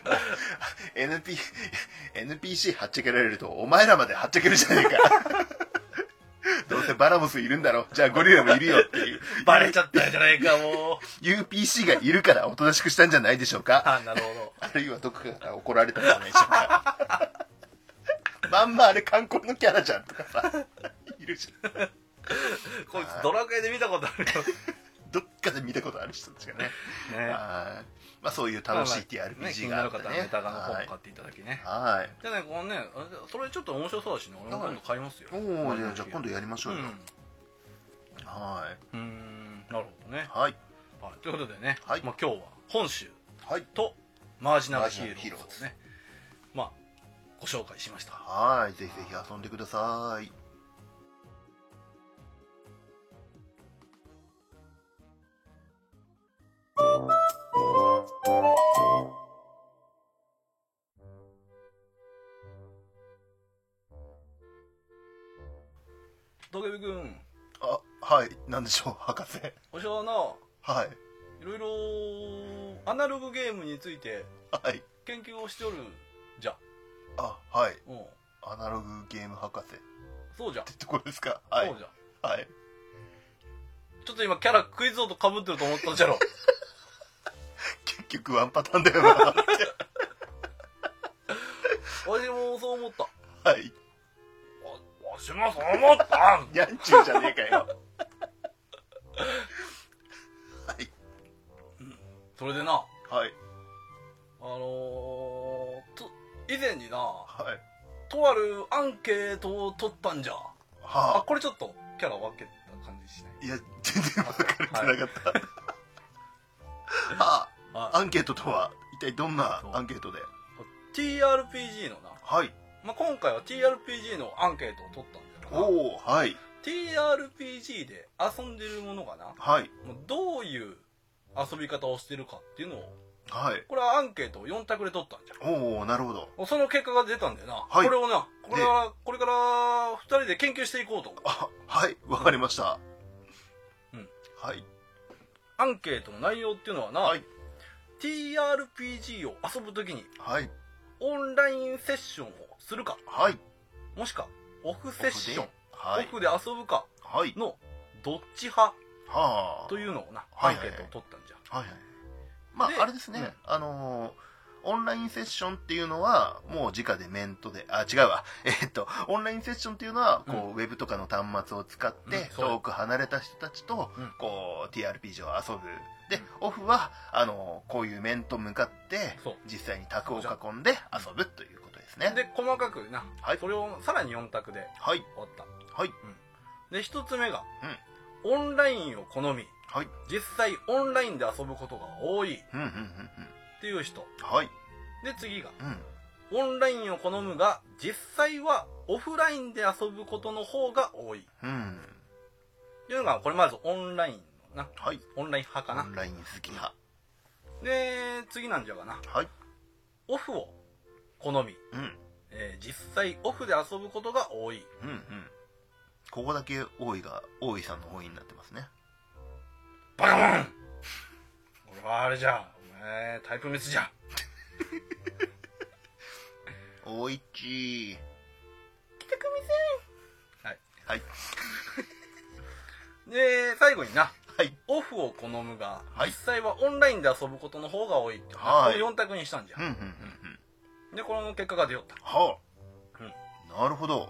NPC はっちゃけられるとお前らまではっちゃけるじゃねえかどうせバラモスいるんだろ、じゃあゴリラもいるよっていう
バレちゃったじゃないかもう
UPC がいるからおとなしくしたんじゃないでしょうか。
なるほど。
あるいはどこかから怒られたんじゃないでしょうかまんまあれ観光のキャラじゃんとかさいるじゃん
こいつドラクエで見たことあるよ
どっかで見たことある人たちがねまあそういう楽しい TRPG があるからね。
メタガの本を買っていただきね。じゃあね、このね、それちょっと面白そうだしね、俺も今度買いますよ。
じゃあ今度やりましょうよ。
なるほどね。ということでね、今日は本州とマージナルヒーローですね、ご紹介しました。
ぜひぜひ遊んでください。 はい、なんでしょう、博士。
わしはな、
はい。
いろいろアナログゲームについて
はい。
研究をしておるじゃ。
あ、はい。
うん。
アナログゲーム博士。
そうじゃ。
ってところですか。はい。
そうじゃ。
はい。
ちょっと今キャラクイズ王と被ってると思ったじゃろ。
結局ワンパターンだよな。わ
しもそう思った。
はい。
わしもそう思った。
やんちゅうじゃねえかよ。はい。
それでな。
はい。
以前にな、
はい。
とあるアンケートを取ったんじゃ。
はあ。
これちょっとキャラ分けた感じしない？
いや、全然分かれてなかった。はあ。アンケートとは一体どんなアンケートで？
TRPG のな。
はい。
まあ、今回は TRPG のアンケートを取ったんだよな。
おお、はい。
TRPG で遊んでるものがな、
はい。
もうどういう遊び方をしてるかっていうのを、
はい。
これはアンケートを4択で取ったんじゃ。
おお、なるほど。
その結果が出たんだよな。
はい。
これをな、これから2人で研究していこうと。
あ、はい、わかりました。
うん。
はい。
アンケートの内容っていうのはな、
はい、
TRPG を遊ぶときに、
はい、
オンラインセッションをするか、
はい、
もしくはオフセッション、
はい、
オフで遊ぶかのどっち派というのをな、
はい、
アンケートを取ったんじゃ。
はいはい。まああれですね、オンラインセッションっていうのはもう直でメントで、あ、違うわ、オンラインセッションっていうのはこう、ウェブとかの端末を使って遠く離れた人たちとこう TRPG を遊ぶ。で、オフはこういう面と向かって実際に卓を囲んで遊ぶということですね。
で、細かくな、
はい、
それをさらに4択で終わった。
はい。
で、1つ目が、オンラインを好み、
はい、
実際オンラインで遊ぶことが多いっていう人。
はい。
で、次が、オンラインを好むが実際はオフラインで遊ぶことの方が多い。っていうのが、これまずオンラインのな、
はい、
オンライン派かな。
オンライン好き派。
で、次なんじゃがな、
はい、
オフを好み、実際オフで遊ぶことが多い。
ここだけ多いが大井さんの多いになってますね。
バカモン俺はあれじゃ、お前タイプミスじゃ。
おいちー
帰宅みせん。はい
はい。
で、最後にな、
はい、
オフを好むが、
はい、
実際はオンラインで遊ぶことの方が多いって、はい、この4択にしたんじゃ。で、この結果が出よった。
はあ、なるほど。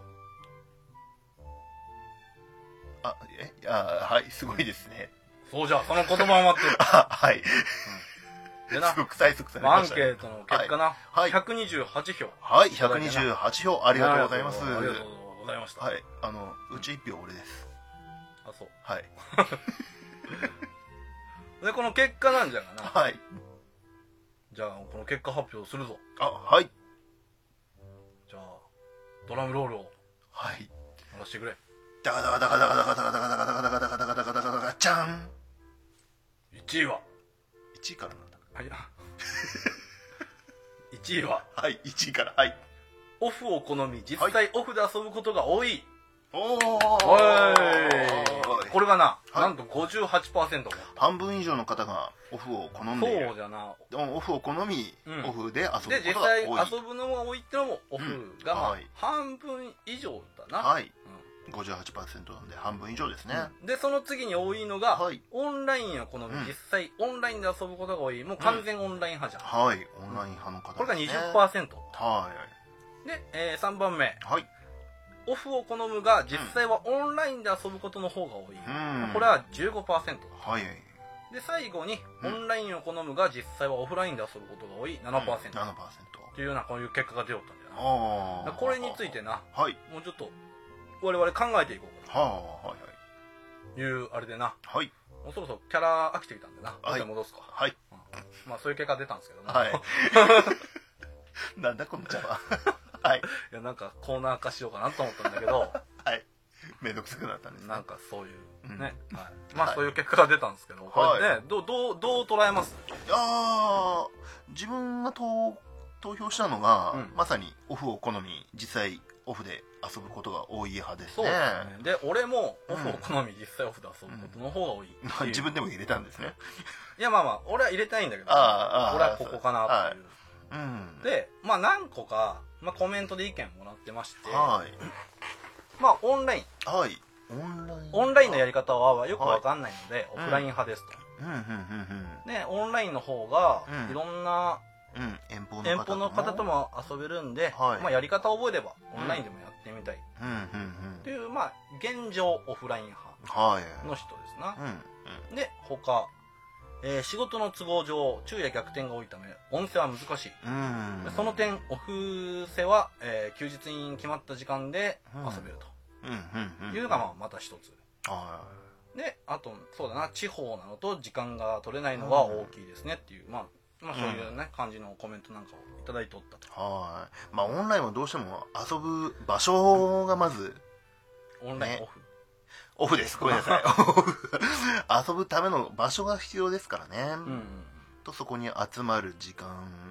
はい、すごいですね。
そうじゃ、その言葉を待ってる。
はい。
でな、
すごく催促されましたね。
アンケートの結果な、128票。
はい、128票、ありがとうございます。
ありがとうございました。
はい、うち1票俺です。
あ、そう。
はい。
で、この結果なんじゃがな。
はい。
じゃあ、この結果発表するぞ。
あ、はい。
じゃあ、ドラムロールを。
はい。
鳴らしてくれ。
ダカダカダカダカダカダカダカダカダカダカダカダカダカダカダカじゃん。
1位は
1位からなんだ。
はい。1位は、
はい、1位から。はい。
オフを好み、実際オフで遊ぶことが多い。
お
ーい。これがな、なんと 58%。
半分以上の方がオフを好んでいる。
そうじゃな。
オフを好み、オフで遊ぶことが多い。
で、実際遊ぶのが多いってのも、オフがまあ半分以上だな。
はい。58% なんで半分以上ですね。
で、その次に多いのが、オンラインを好み、実際オンラインで遊ぶことが多い。もう完全オンライン派じゃん。
はい、オンライン派の方
これが 20%。
はい。
で、3番目。
はい。
オフを好むが、実際はオンラインで遊ぶことの方が多い。これは 15%。
はい。
で、最後に、オンラインを好むが、実際はオフラインで遊ぶことが多い 7%。っていうような、こういう結果が出よったんだよな。これについてな、もうちょっと、我々考えていこうかな。いう、あれでな。
はい。
もうそろそろキャラ飽きてきたんでな。戻すか。
はい。
まあ、そういう結果出たんですけどね。
はい。なんだこの茶は。はい。い
や、なんかコーナー化しようかなと思ったんだけど。
はい。めんどくさくなったんですね。
なんかそういうね。はい。まあ、そういう結果が出たんですけど、これね、どう捉えます？
自分が投票したのが、まさにオフを好み、実際オフで遊ぶことが多い派ですね。
そうですね。で俺もオフを好み、実際オフで遊ぶことの方が多い、
自分でも入れたんですね。
いやまあ俺は入れたいんだけど、俺はここかなっていう、でまあ何個か、まあ、コメントで意見もらってまして、まあオンライン、オンラインのやり方はよくわかんないので、オフライン派ですと。でオンラインの方がいろんな遠方の方とも遊べるんで、まあ、やり方を覚えればオンラインでもやってみたいっていう、まあ現状オフライン派の人ですな。で他、仕事の都合上昼夜逆転が多いため音声は難しい。その点オフセは、休日に決まった時間で遊べるというのがまた一つで、あとそうだな、地方なのと時間が取れないのが大きいですねっていう、まあそういうね、感じのコメントなんかをいただいておったと。
まあオンラインはどうしても遊ぶ場所がまず
オンライン
オフです。ごめんなさい。遊ぶための場所が必要ですからね。とそこに集まる時間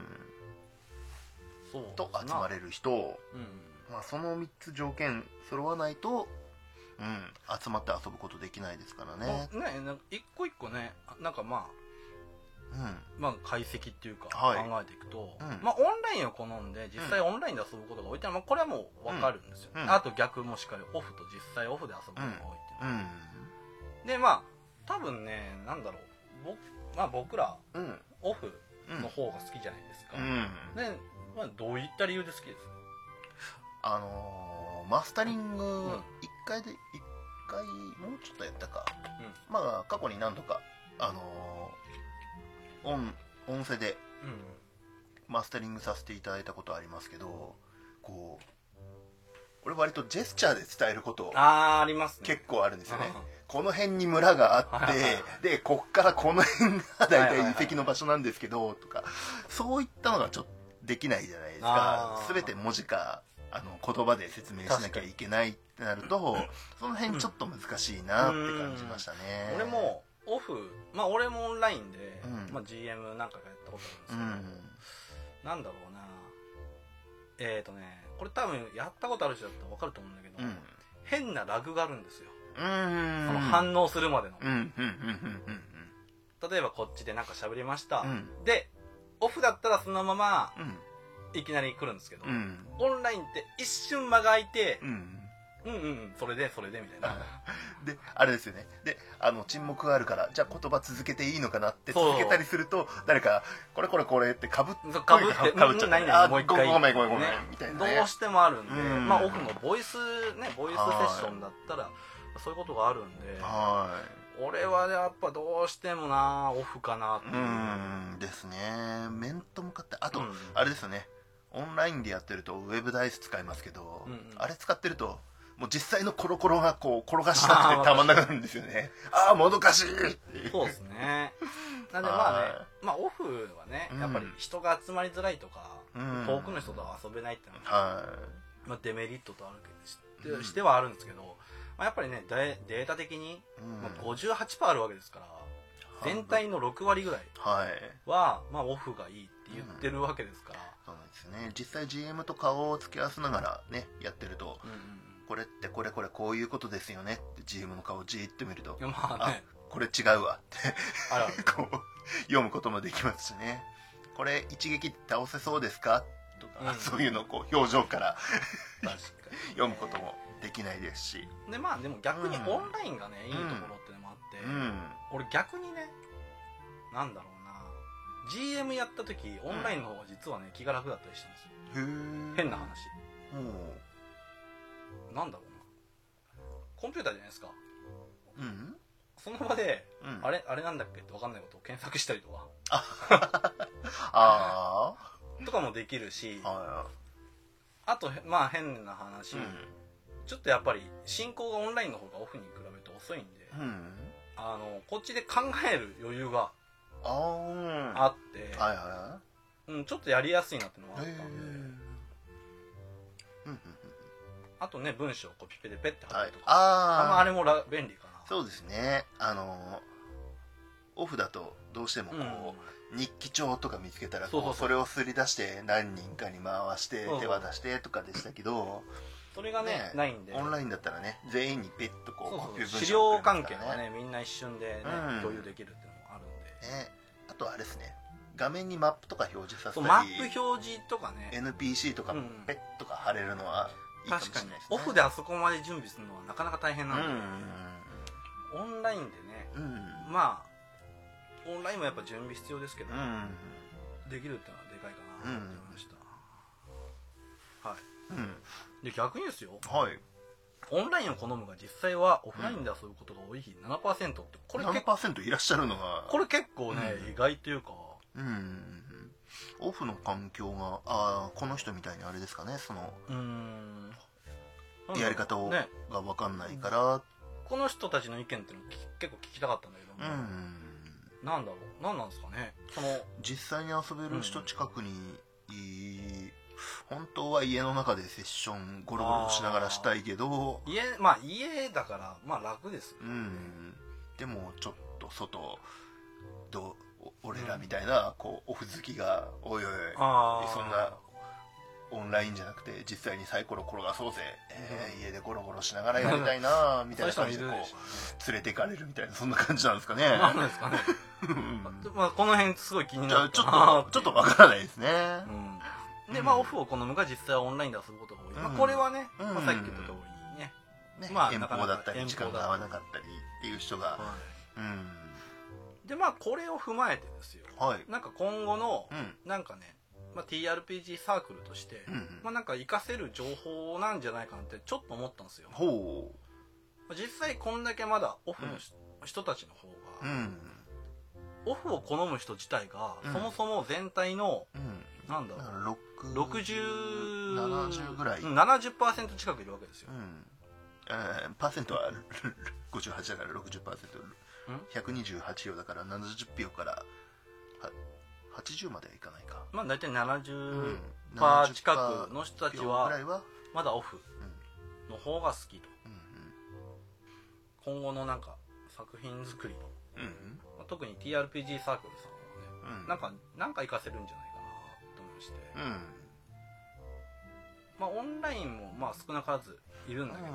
と集まれる人、まあその3つ条件揃わないと、集まって遊ぶことできないですからね。
なんか一個一個ね、なんかまあ解析っていうか考えていくと、まあオンラインを好んで実際オンラインで遊ぶことが多いってのは、まあこれはもう分かるんですよ。あと逆もしっかりオフと実際オフで遊ぶことが多いっていうので、まあ多分ね、なんだろう、まあ僕らオフの方が好きじゃないですか。で、まあどういった理由で好きですか？
マスタリング1回もうちょっとやったか、まあ過去に何度か音声でマスタリングさせていただいたことはありますけど、こう俺割とジェスチャーで伝えること
ありますね、
結構あるんですよね。この辺に村があってでこっからこの辺が大体遺跡の場所なんですけどとか、そういったのがちょっとできないじゃないですか。全て文字か言葉で説明しなきゃいけないってなると、その辺ちょっと難しいなって感じましたね。
俺もオフ、まあ俺もオンラインで、まあ、GM なんかがやったことあるんですけど、なんだろうな、これ多分やったことある人だったら分かると思うんだけど、変なラグがあるんですよ。その反応するまでの。例えばこっちでなんか喋りました、でオフだったらそのままいきなり来るんですけど、オンラインって一瞬間が空いて、それでみたいな。
であれですよね。で沈黙があるから、じゃあ言葉続けていいのかなって続けたりすると、誰かこれってかぶって
もう一回
ごめんみたいな、
どうしてもあるんで、まあオフのボイスセッションだったらそういうことがあるんで、俺はやっぱどうしてもなオフかなっていう
ですね。面と向かって、あとあれですよね、オンラインでやってるとウェブダイス使いますけど、あれ使ってるともう実際のコロコロがこう転がしたくてたまんなくなるんですよね。もどかしいっていう。
そうですね。なんでまあね、まあオフはね、やっぱり人が集まりづらいとか、遠くの人とは遊べないっていうのは、まあデメリットとあるけどしてはあるんですけど、まあ、やっぱりねデータ的に 58% あるわけですから、全体の6割ぐらいはまあオフがいいって言ってるわけですから。
そうなんですね。実際 GM と顔を付け合わせながらねやってると、これってこれこういうことですよねって GM の顔をじーっと見ると、これ違うわってこう読むこともできますしね。これ一撃倒せそうですかとか、そういうのをこう表情から読むこともできないですし。
でまあでも逆にオンラインがね、いいところってのもあって、俺逆にね、なんだろうな、 GM やった時オンラインの方が実はね気が楽だったりしたんですよ。変な話、なんだろうな、コンピューターじゃないですか。その場で、あれなんだっけって分かんないことを検索したりとかとかもできるし、あとまあ変な話、ちょっとやっぱり進行がオンラインの方がオフに比べて遅いんで、こっちで考える余裕があって、ちょっとやりやすいなってのがあったんで、あとね文章をコピペでペッて貼るとか、あれも便利かな。
そうですね。オフだとどうしてもこう、日記帳とか見つけたらそれをすり出して何人かに回して手渡してとかでしたけど、
それがねないんで、
オンラインだったらね全員にペッとこうコピー文章
資料関係はねみんな一瞬でね共有できるっていうのもあるんで、
あとあれですね、画面にマップとか表示させたり、
マップ表示とかね
NPC とかペッとか貼れるのはいいかもしれないですね。
オフであそこまで準備するのはなかなか大変なんで、オンラインでね、まあオンラインもやっぱ準備必要ですけど、できるってのはでかいかなと思いました。はい。で逆にですよ、オンラインを好むが実際はオフラインで遊ぶことが多い日 7% って、これ
7% いらっしゃるのが
これ結構ね、意外というか、
オフの環境がこの人みたいにあれですかね、そのやり方が分かんないから、
この人たちの意見っていうのを結構聞きたかったんだけども、なんだろう、なんなんですかね、その
実際に遊べる人近くに本当は家の中でセッションゴロゴロしながらしたいけど、
家だから楽です、
でもちょっと外俺らみたいなこうオフ好きがおいおいそんなオンラインじゃなくて実際にサイコロ転がそうぜ、家でゴロゴロしながらやりたいなみたいな感じでこう連れていかれるみたいな、そんな感じなんですかね。
なんですかねこの辺すごい気になる。
ちょっとわからないですね。
でオフを好むが実際はオンラインで遊ぶことが多い、これはね、さっき言った通りね、
遠方だったり時間が合わなかったりっていう人が、
でこれを踏まえてですよ、なんか今後のなんかね、TRPG サークルとしてなんか活かせる情報なんじゃないかなってちょっと思ったんですよ。実際こんだけまだオフの人たちの方が、オフを好む人自体がそもそも全体のなんだろう、
70ぐらい、
70% 近くいるわけですよ。
パーセントは58だから 60%128 票だから70票から80まではいかないか、
大体70%近くの人たちはまだオフの方が好きと、今後のなんか作品作りの、特に TRPG サークルさんはね、なんか活かせるんじゃないかなと思いまして、オンラインも少なからずいるんだけども、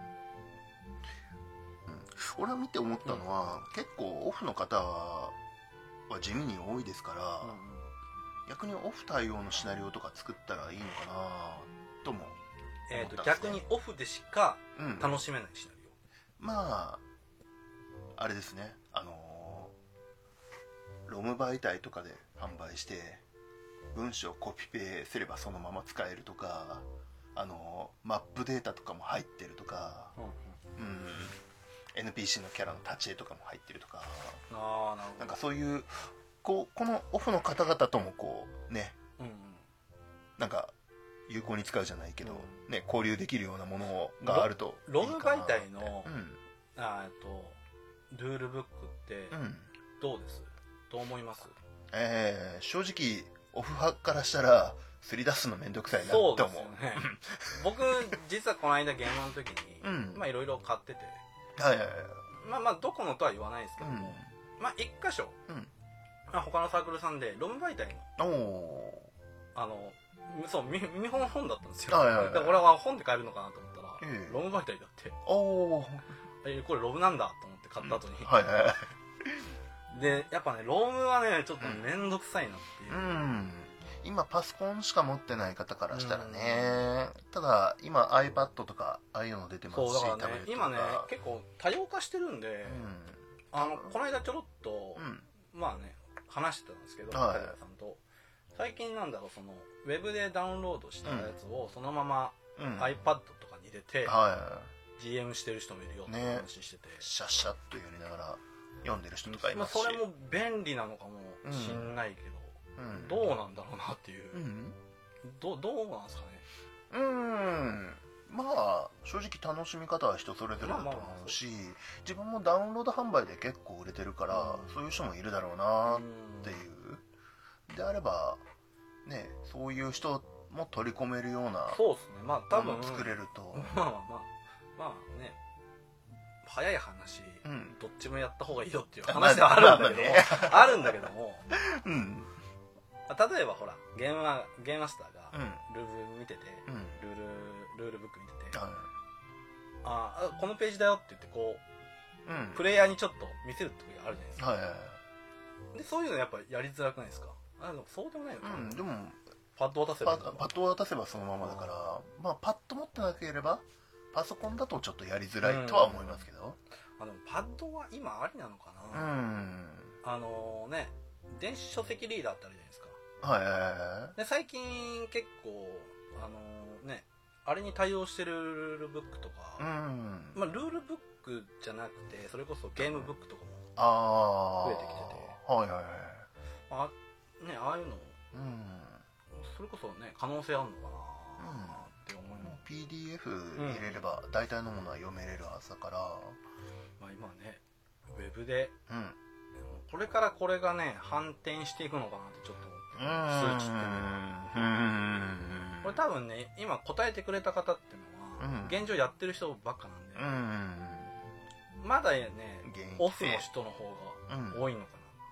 俺は見て思ったのは、結構オフの方は地味に多いですから、逆にオフ対応のシナリオとか作ったらいいのかなとも思ったんですね。
逆にオフでしか楽しめないシナリ
オ、あれですね、ロム媒体とかで販売して文章をコピペすればそのまま使えるとか、マップデータとかも入ってるとか、NPC のキャラの立ち絵とかも入ってるとか、なんかそういうこのオフの方々ともこうね、なんか有効に使うじゃないけど、交流できるようなものがあるといいかな。
ロム媒体のルールブックってどうです？どう思います？
正直オフ派からしたらすり出すのめんどくさいなって思う。そうですよね
僕実はこの間ゲームの時にいろいろ買ってて、どこのとは言わないですけども、一箇所、他のサークルさんでロム媒体のそう見本本だったんですよ。俺は本で買えるのかなと思ったら、ロム媒体だって、これロムなんだと思って買った後に、でやっぱねロムはねちょっとめんどくさいなっていう、
今パソコンしか持ってない方からしたらね、ただ今 iPad とかああいうの出てますし、
そうだからね今ね結構多様化してるんで、この間ちょろっと、話してたんですけど、武田さんと最近なんだろう、そのウェブでダウンロードしたやつをそのまま iPad とかに入れて、GM してる人もいるよって話してて、
シャッシャッとやりながら読んでる人とかいますし、
それも便利なのかもしんないけど、どうなんだろうなっていう、どうなんですかね。
正直楽しみ方は人それぞれだと思うし、自分もダウンロード販売で結構売れてるから、そういう人もいるだろうなっていう、であればね、そういう人も取り込めるような
そうですね、多分
作れると
ね、早い話、どっちもやった方がいいよっていう話ではあるんだけど、あるんだけども、例えばほらゲームマスターがルール見てて、ルールブック見てて、 このページだよって言ってこう、プレイヤーにちょっと見せる時があるじゃないですか、でそういうのやっぱやりづらくないですか？でもそうでもないのかな、でもパッド渡せば
パッド渡せばそのままだから、まあパッド持ってなければパソコンだとちょっとやりづらいとは思いますけど、でも
パッドは今ありなのかな。電子書籍リーダーってあるじゃないですか。で最近結構あれに対応してるルールブックとか、まあルールブックじゃなくてそれこそゲームブックとかも増えてきてて、ああいうの、それこそね可能性あるのかなって思います。
PDF 入れれば大体のものは読めれるはずだから、
まあ今ねウェブで、これからこれがね反転していくのかなってちょっと思って、数値ってね、これ多分ね今答えてくれた方っていうのは、現状やってる人ばっかなんで、まだねオフの人の方が多いのかなっていう、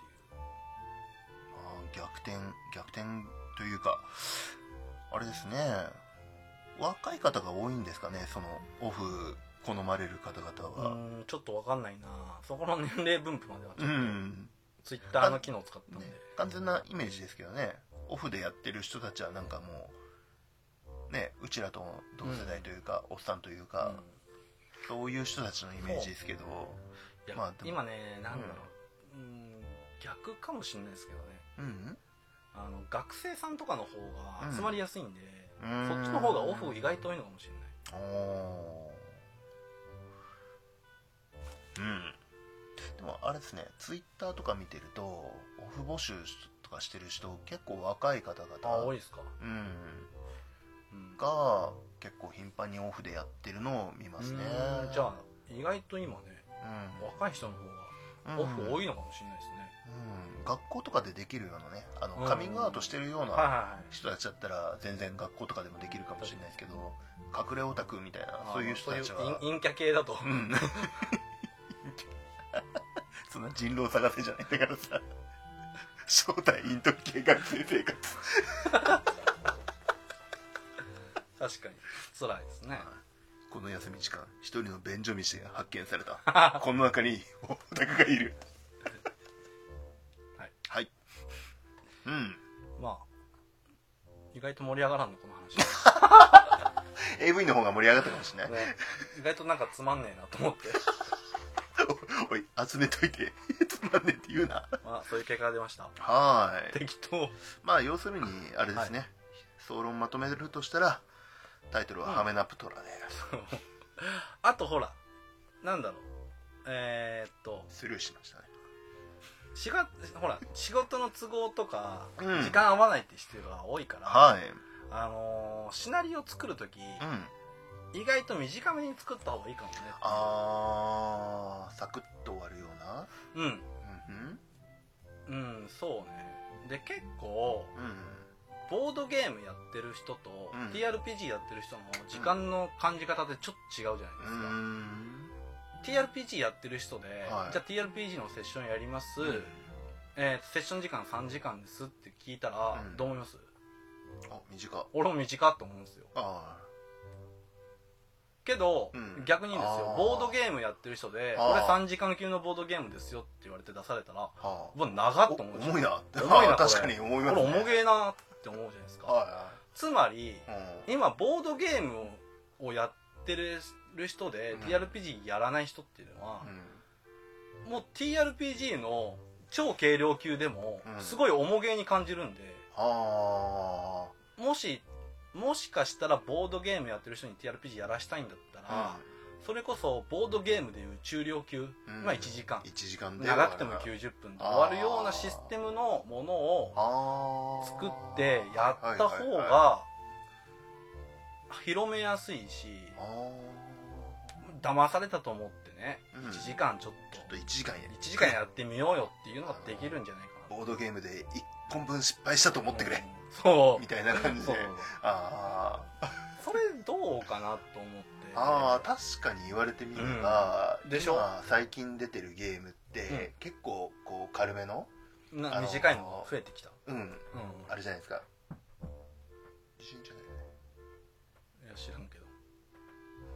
逆転というかあれですね、若い方が多いんですかね、そのオフ好まれる方々は。
ちょっと分かんないな、そこの年齢分布まではちょっと、ツイッターの機能を使ったんで、
完全なイメージですけどね、オフでやってる人たちはなんかもうね、うちらと同世代というか、おっさんというか、そういう人たちのイメージですけど、
まあ今ね、なんだろう、逆かもしれないですけどね、学生さんとかの方が集まりやすいんで、そっちの方がオフ意外と多いのかもしれない。
でもあれですね、ツイッターとか見てるとオフ募集とかしてる人結構若い方々
多いですか、
が結構頻繁にオフでやってるのを見ますね。
じゃあ意外と今ね、若い人の方がオフ多いのかもしれないですね。
学校とかでできるようなね、カミングアウトしてるような人たちだったら全然学校とかでもできるかもしれないですけど、隠れオタクみたいなそういう人たちは
陰キャ系だと、
そんな人狼探せじゃないんだからさ、正体陰徳系学生生活
確かに辛いですね。
この休み時間一人の便所道が発見されたこの中にオタクがいるはい、
まあ意外と盛り上がらんのこの
話AV の方が盛り上がったかもしれない、
意外となんかつまんねえなと思って
おい集めといてつまんねえって言うな。
まあそういう結果が出ました。適当。
まあ要するにあれですね、総論まとめるとしたらタイトルはハメナプトラで、
あとほらなんだろう、
スルーしましたね。
ほら仕事の都合とか、時間合わないって人が多いから、シナリオ作るとき、意外と短めに作った方がいいかもね。
サクッと終わるよう
な。そうね。で結構、ボードゲームやってる人と、TRPG やってる人の時間の感じ方ってちょっと違うじゃないですか。TRPG やってる人で、じゃあ TRPG のセッションやります、セッション時間3時間ですって聞いたら、どう思います？
短。
俺も短っと思うんですよ。けど、逆にですよ、ボードゲームやってる人で、俺3時間級のボードゲームですよって言われて出されたら、長っと思う。
重いな。確かに重いますね。
これ重げえなって思うじゃないですか。つまり、今ボードゲームをやってる人で TRPG やらない人っていうのは、もう TRPG の超軽量級でもすごい重げに感じるんで、もしかしたらボードゲームやってる人に TRPG やらしたいんだったら、それこそボードゲームでいう中量級、まあ1時間長くても90分で終わるようなシステムのものを作ってやった方が広めやすいし、騙されたと思ってね、1時間ちょっと
1時間
やってみようよっていうのができるんじゃないかな。
ボードゲームで1本分失敗したと思ってくれ、
そう
みたいな感じで、
それどうかなと思って。
確かに言われてみれば、
でしょ。
最近出てるゲームって結構こう軽めの
短いのが増えてきた。
あれじゃないですか。地震じゃない？
いや知らんけど。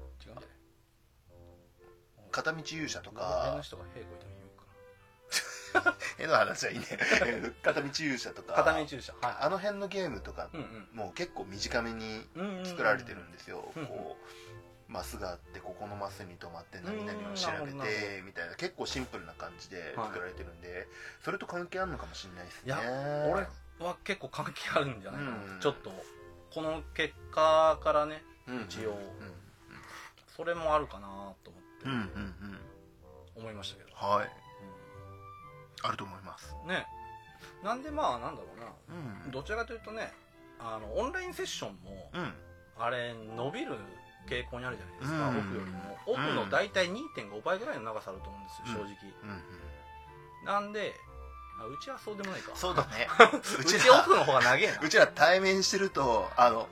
片道勇者と
辺
か
の人が屁こいても言うか
絵の話はいいね片道勇者とか
片道勇者、はい、
あの辺のゲームとか、もう結構短めに作られてるんですよ。こうマスがあってここのマスに止まって何々を調べてみたいな結構シンプルな感じで作られてるんで、それと関係あるのかもしれないですね。
いや俺は結構関係あるんじゃないかな、ちょっとこの結果からね、一応、それもあるかなと思って思いましたけど、
はい、あると思います
ね。なんでまあなんだろうな、どちらかというとね、オンラインセッションも、あれ伸びる傾向にあるじゃないですか、オフよりもオフの大体 2.5 倍ぐらいの長さあると思うんですよ、正直。なんでうちはそうでもないか。
そうだね
うちオフの方が長えな。
うちら対面してると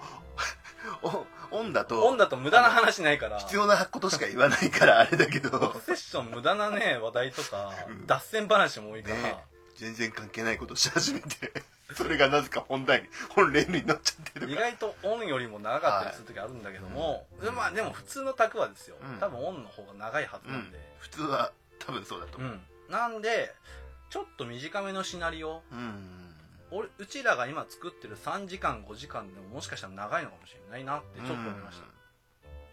オンだと
無駄な話ないから
必要なことしか言わないからあれだけど、
オフセッション無駄なね話題とか脱線話も多いから、
ね、全然関係ないことし始めてそれがなぜか本レールに乗っちゃってる
意外とオンよりも長かったりする時あるんだけども、まあでも普通のタクはですよ、多分オンの方が長いはずなんで、
普通は多分そうだと思う、
なんでちょっと短めのシナリオ、うちらが今作ってる3時間5時間でももしかしたら長いのかもしれないなってちょっと思いました、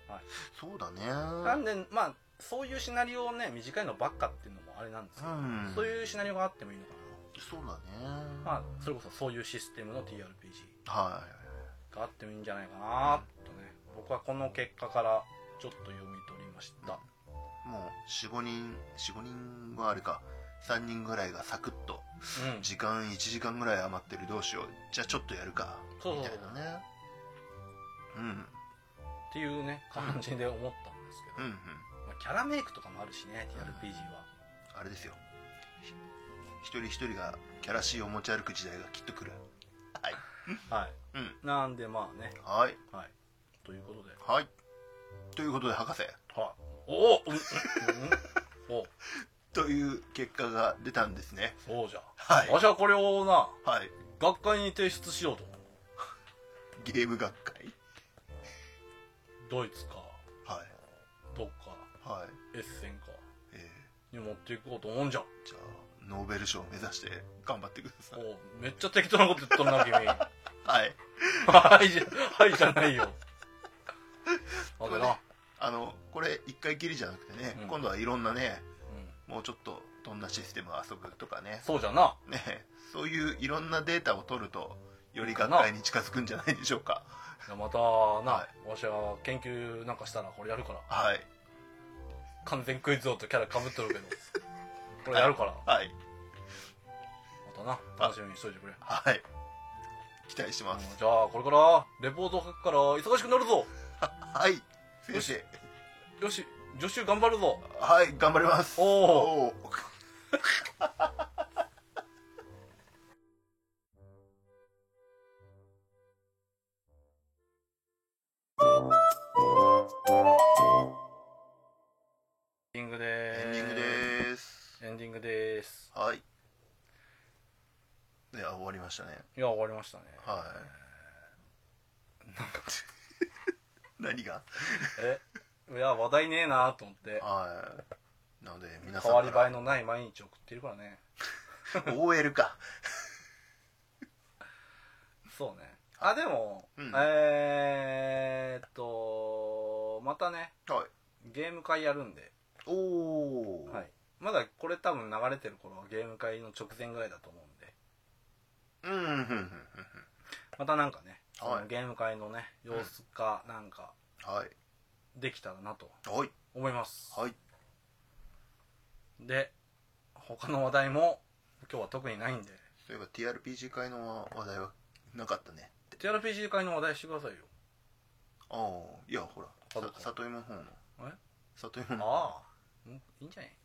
はい、
そうだね。
なんでまあそういうシナリオをね短いのばっかっていうのもあれなんですけど、そういうシナリオがあってもいいのかな。
そうだね。
まあそれこそそういうシステムの TRPG
が
あってもいいんじゃないかなとね、僕はこの結果からちょっと読み取りました、
もう 4,5 人はあれか3人ぐらいがサクッと、時間1時間ぐらい余ってる、どうしよう、じゃあちょっとやるかみたいなね、
っていうね感じで思ったんですけど、まあ、キャラメイクとかもあるしね TRPG は、
あれですよ、一人一人がキャラシーを持ち歩く時代がきっと来る。はい
はい、なんでまあね、
はい
ということで、
ということで博士、という結果が出たんですね。
そうじゃ、私はこれをな、学会に提出しようと。
ゲーム学会、
ドイツかどっかエッセンかに持っていこうと思うんじゃ。
じゃあノーベル賞を目指して頑張ってください。
めっちゃ適当なこと言っとるな君
はい
じゃないよ
これ一回きりじゃなくてね、今度はいろんなね、もうちょっとどんなシステムを遊ぶとかね、
そうじゃな、
そういういろんなデータを取るとより学会に近づくんじゃないでしょうか。
またな、わしは研究なんかしたらこれやるから。完全クイズ王とキャラかぶっとるけどこれやるから、またな楽しみにしといてくれ。
期待してます。
じゃあこれからレポートを書くから忙しくなるぞ。
先生、
よし助手頑張るぞ。
頑張ります。
エンディングです。
いや終わりましたね。
いや終わりましたね。
なんか何が
いや話題ねえなと思って、
なので皆さん
変わり映えのない毎日送ってるからね
OL か
そうね。でも、またね、ゲーム会やるんで、まだこれ多分流れてる頃はゲーム会の直前ぐらいだと思うんで、またなんかね、そのゲーム会のね様子かなんかできたらなと思います。で他の話題も今日は特にないんで。
そういえば TRPG 会の話題はなかったね。
TRPG 会の話題してくださいよ。
いやほら里芋の方の里芋
のいいんじゃない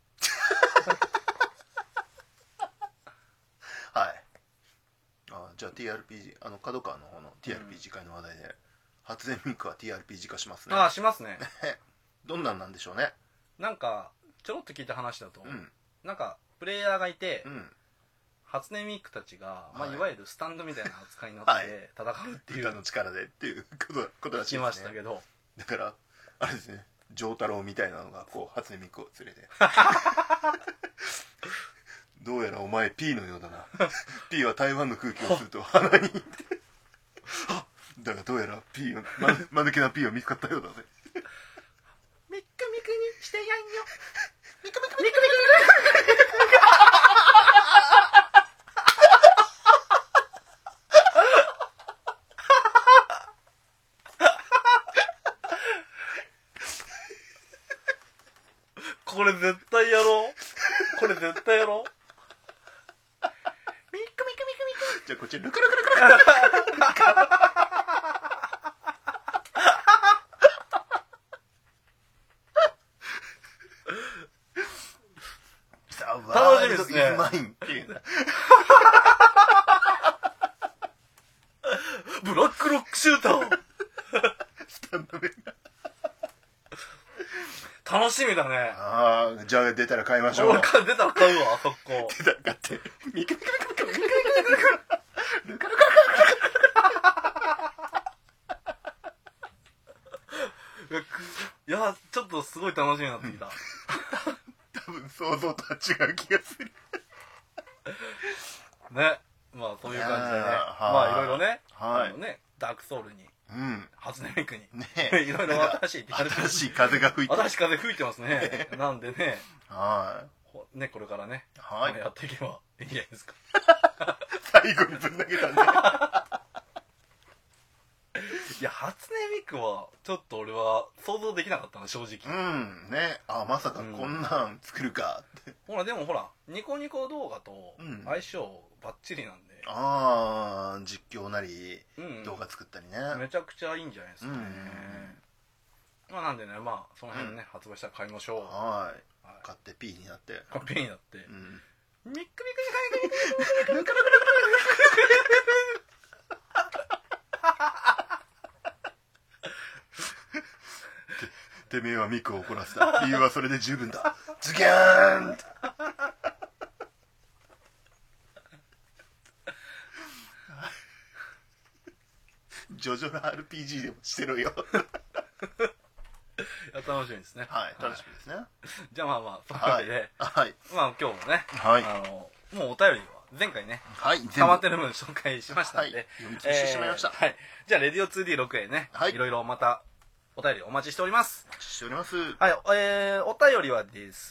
じゃあ TRPG 角川の方の TRPG 会の話題で、初音ミクは TRPG 化しますね。
しますね
どんなんでしょうね。
なんかちょろっと聞いた話だと、なんかプレイヤーがいて、初音ミクたちが、いわゆるスタンドみたいな扱いになって戦うっていう、
歌の力でっていうことらしいですね。
聞きましたけど、
だからあれですね、 丈太郎みたいなのがこう初音ミクを連れてどうやらお前 P のようだなP は台湾の空気を吸うと鼻にだがどうやら P を間抜けな P を見つかったようだぜ
ミックミクにしてやんよミクミクミクミクこれ絶対やろう。これ絶対やろう。ミックミクミクミク。
じゃあこっちルクルクルクル
楽しみですね。
うまいんっていうな
ブラックロックシューター
スタンドメン
楽しみだね。
ああ、じゃあ出たら買いましょう。
出たら買うわ、あそこ。
出たら買って。ミクミクミクミクミクミクミクミクルカルカルカル
いや、ちょっとすごい楽しみになってきた。
多分想像とは違う気がする。
ね。まあそういう感じでね。まあいろいろね。はい。ね、ダークソウルに。うん、初音ミクにねいろいろ新しい
風が吹いて
新しい風吹いてますねなんでねはいねこれからね、はい、やっていけばいいんじゃないですか
最後にぶん投げたね
いや初音ミクはちょっと俺は想像できなかったな正直
うんねあまさかこんなん作るかって、
ほらでもほらニコニコ動画と相性バッチリなんで、
ああ実況なり動画作ったりね、
めちゃくちゃいいんじゃないですかね、まあなんでねまあその辺ね、発売したら買いましょう。はい、
買って P になって
P になって、ミックミクミク
てめえはミクを怒らせた理由はそれで十分だズキャーンジョジョの RPG でもしてろよ
楽しみですね。
はい楽しみですね。
じゃあまあまあそういうわけで、まあ今日もねもうお便りは前回ね溜まってる分紹介しましたんで
読み尽くしてしまいました。
じゃあレディオ 2D6 へねいろいろまたお便りお待ちしております。
お待ちしております。
はい、お便りは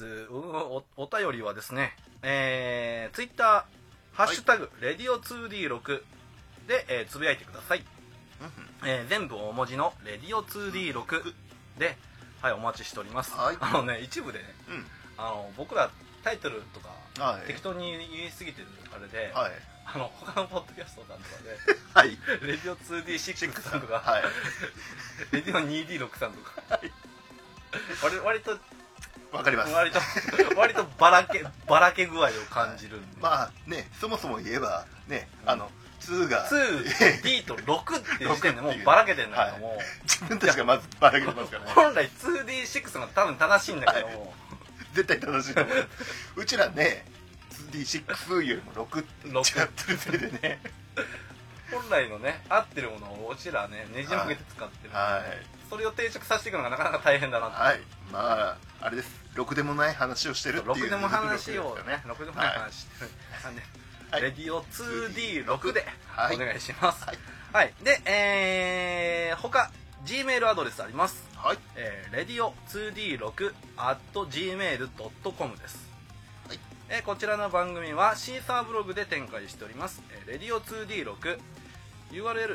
ですね、ツイッターハッシュタグレディオ 2D6 で、つぶやいてください。全部大文字のレディオ 2D6 で、はい、お待ちしております。一部でね、僕らタイトルとか適当に言いすぎてるあれで、他のポッドキャストさんとかで、レディオ 2D6 さんとか、レディオ 2D6 さんとか、割と
わかります。
割とばらけ具合を感じるんで、
まあね、そもそも言えばね、2が
2と D と6っていう時点でもうばらけてるんだけども、
自分たちがまずばらけてますからね。
本来 2D6 が多分正しいんだけども、
絶対正しいと思う。うちらね 2D6 よりも6ってやってるせいでね、
本来のね合ってるものをうちらねねじ曲げて使ってる、それを定着させていくのがなかなか大変だなと。
はい、まああれです、ろくでもない話をしてるっていう。
ろくでも話をね、ろくでもない話してるなんでレディオ 2D6 でお願いします。はい。で、他 Gmail アドレスあります。はい。radio2d6@gmail.com です。はい。こちらの番組はシーサーブログで展開しております。radio2d6 URL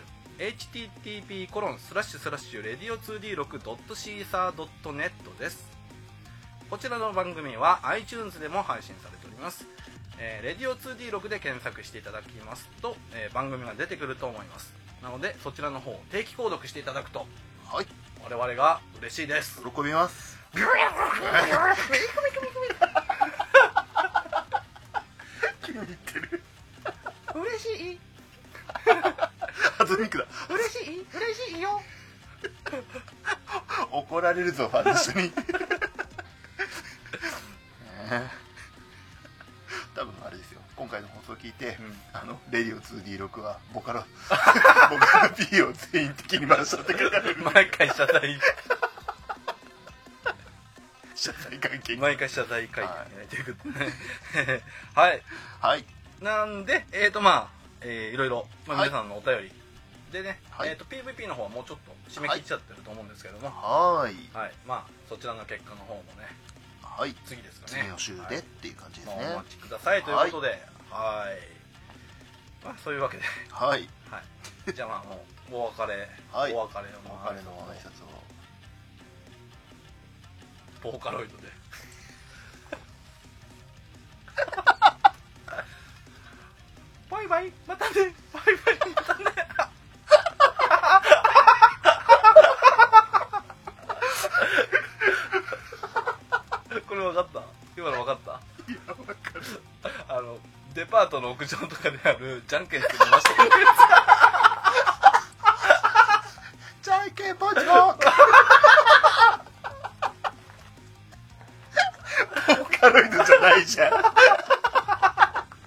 http://radio2d6.caesar.net です。こちらの番組は iTunes でも配信されております。レディオ 2D6 で検索していただきますと、番組が出てくると思います。なのでそちらの方を定期購読していただくと、はい、我々が嬉しいです。
喜びます。気に入ってる。
嬉しい。
初ミクだ。
嬉しいよ。
怒られるぞファンの人に。多分あれですよ、今回の放送を聞いて、レディオ 2D6 はボカロP を全員的に回しちゃってくれる。
毎回謝罪。
謝罪会見
毎回謝罪会見やっていくねはい
はい
なんでまあいろいろ、まあ、皆さんのお便りでね、
はい、
PVP の方はもうちょっと締め切っちゃってると思うんですけども、
はい、
はい、まあそちらの結果の方もね、
はい、
次ですかね、
次の週でっていう感じですね、
お待ちくださいということで、はい、まあそういうわけで、
はい、
はい、じゃあまあもうお別れ、
はい、
お別れの
挨拶を
ボーカロイドでバイバイまたねバイバイまたねこれ分かった？今の分かった？
いや分かる。
デパートの屋上とかであるじゃんけんって回してくるや
つじゃんけんぽんちょボーカロイドじゃないじゃん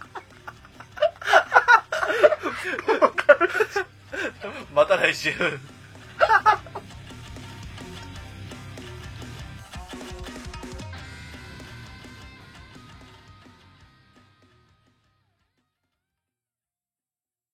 また来週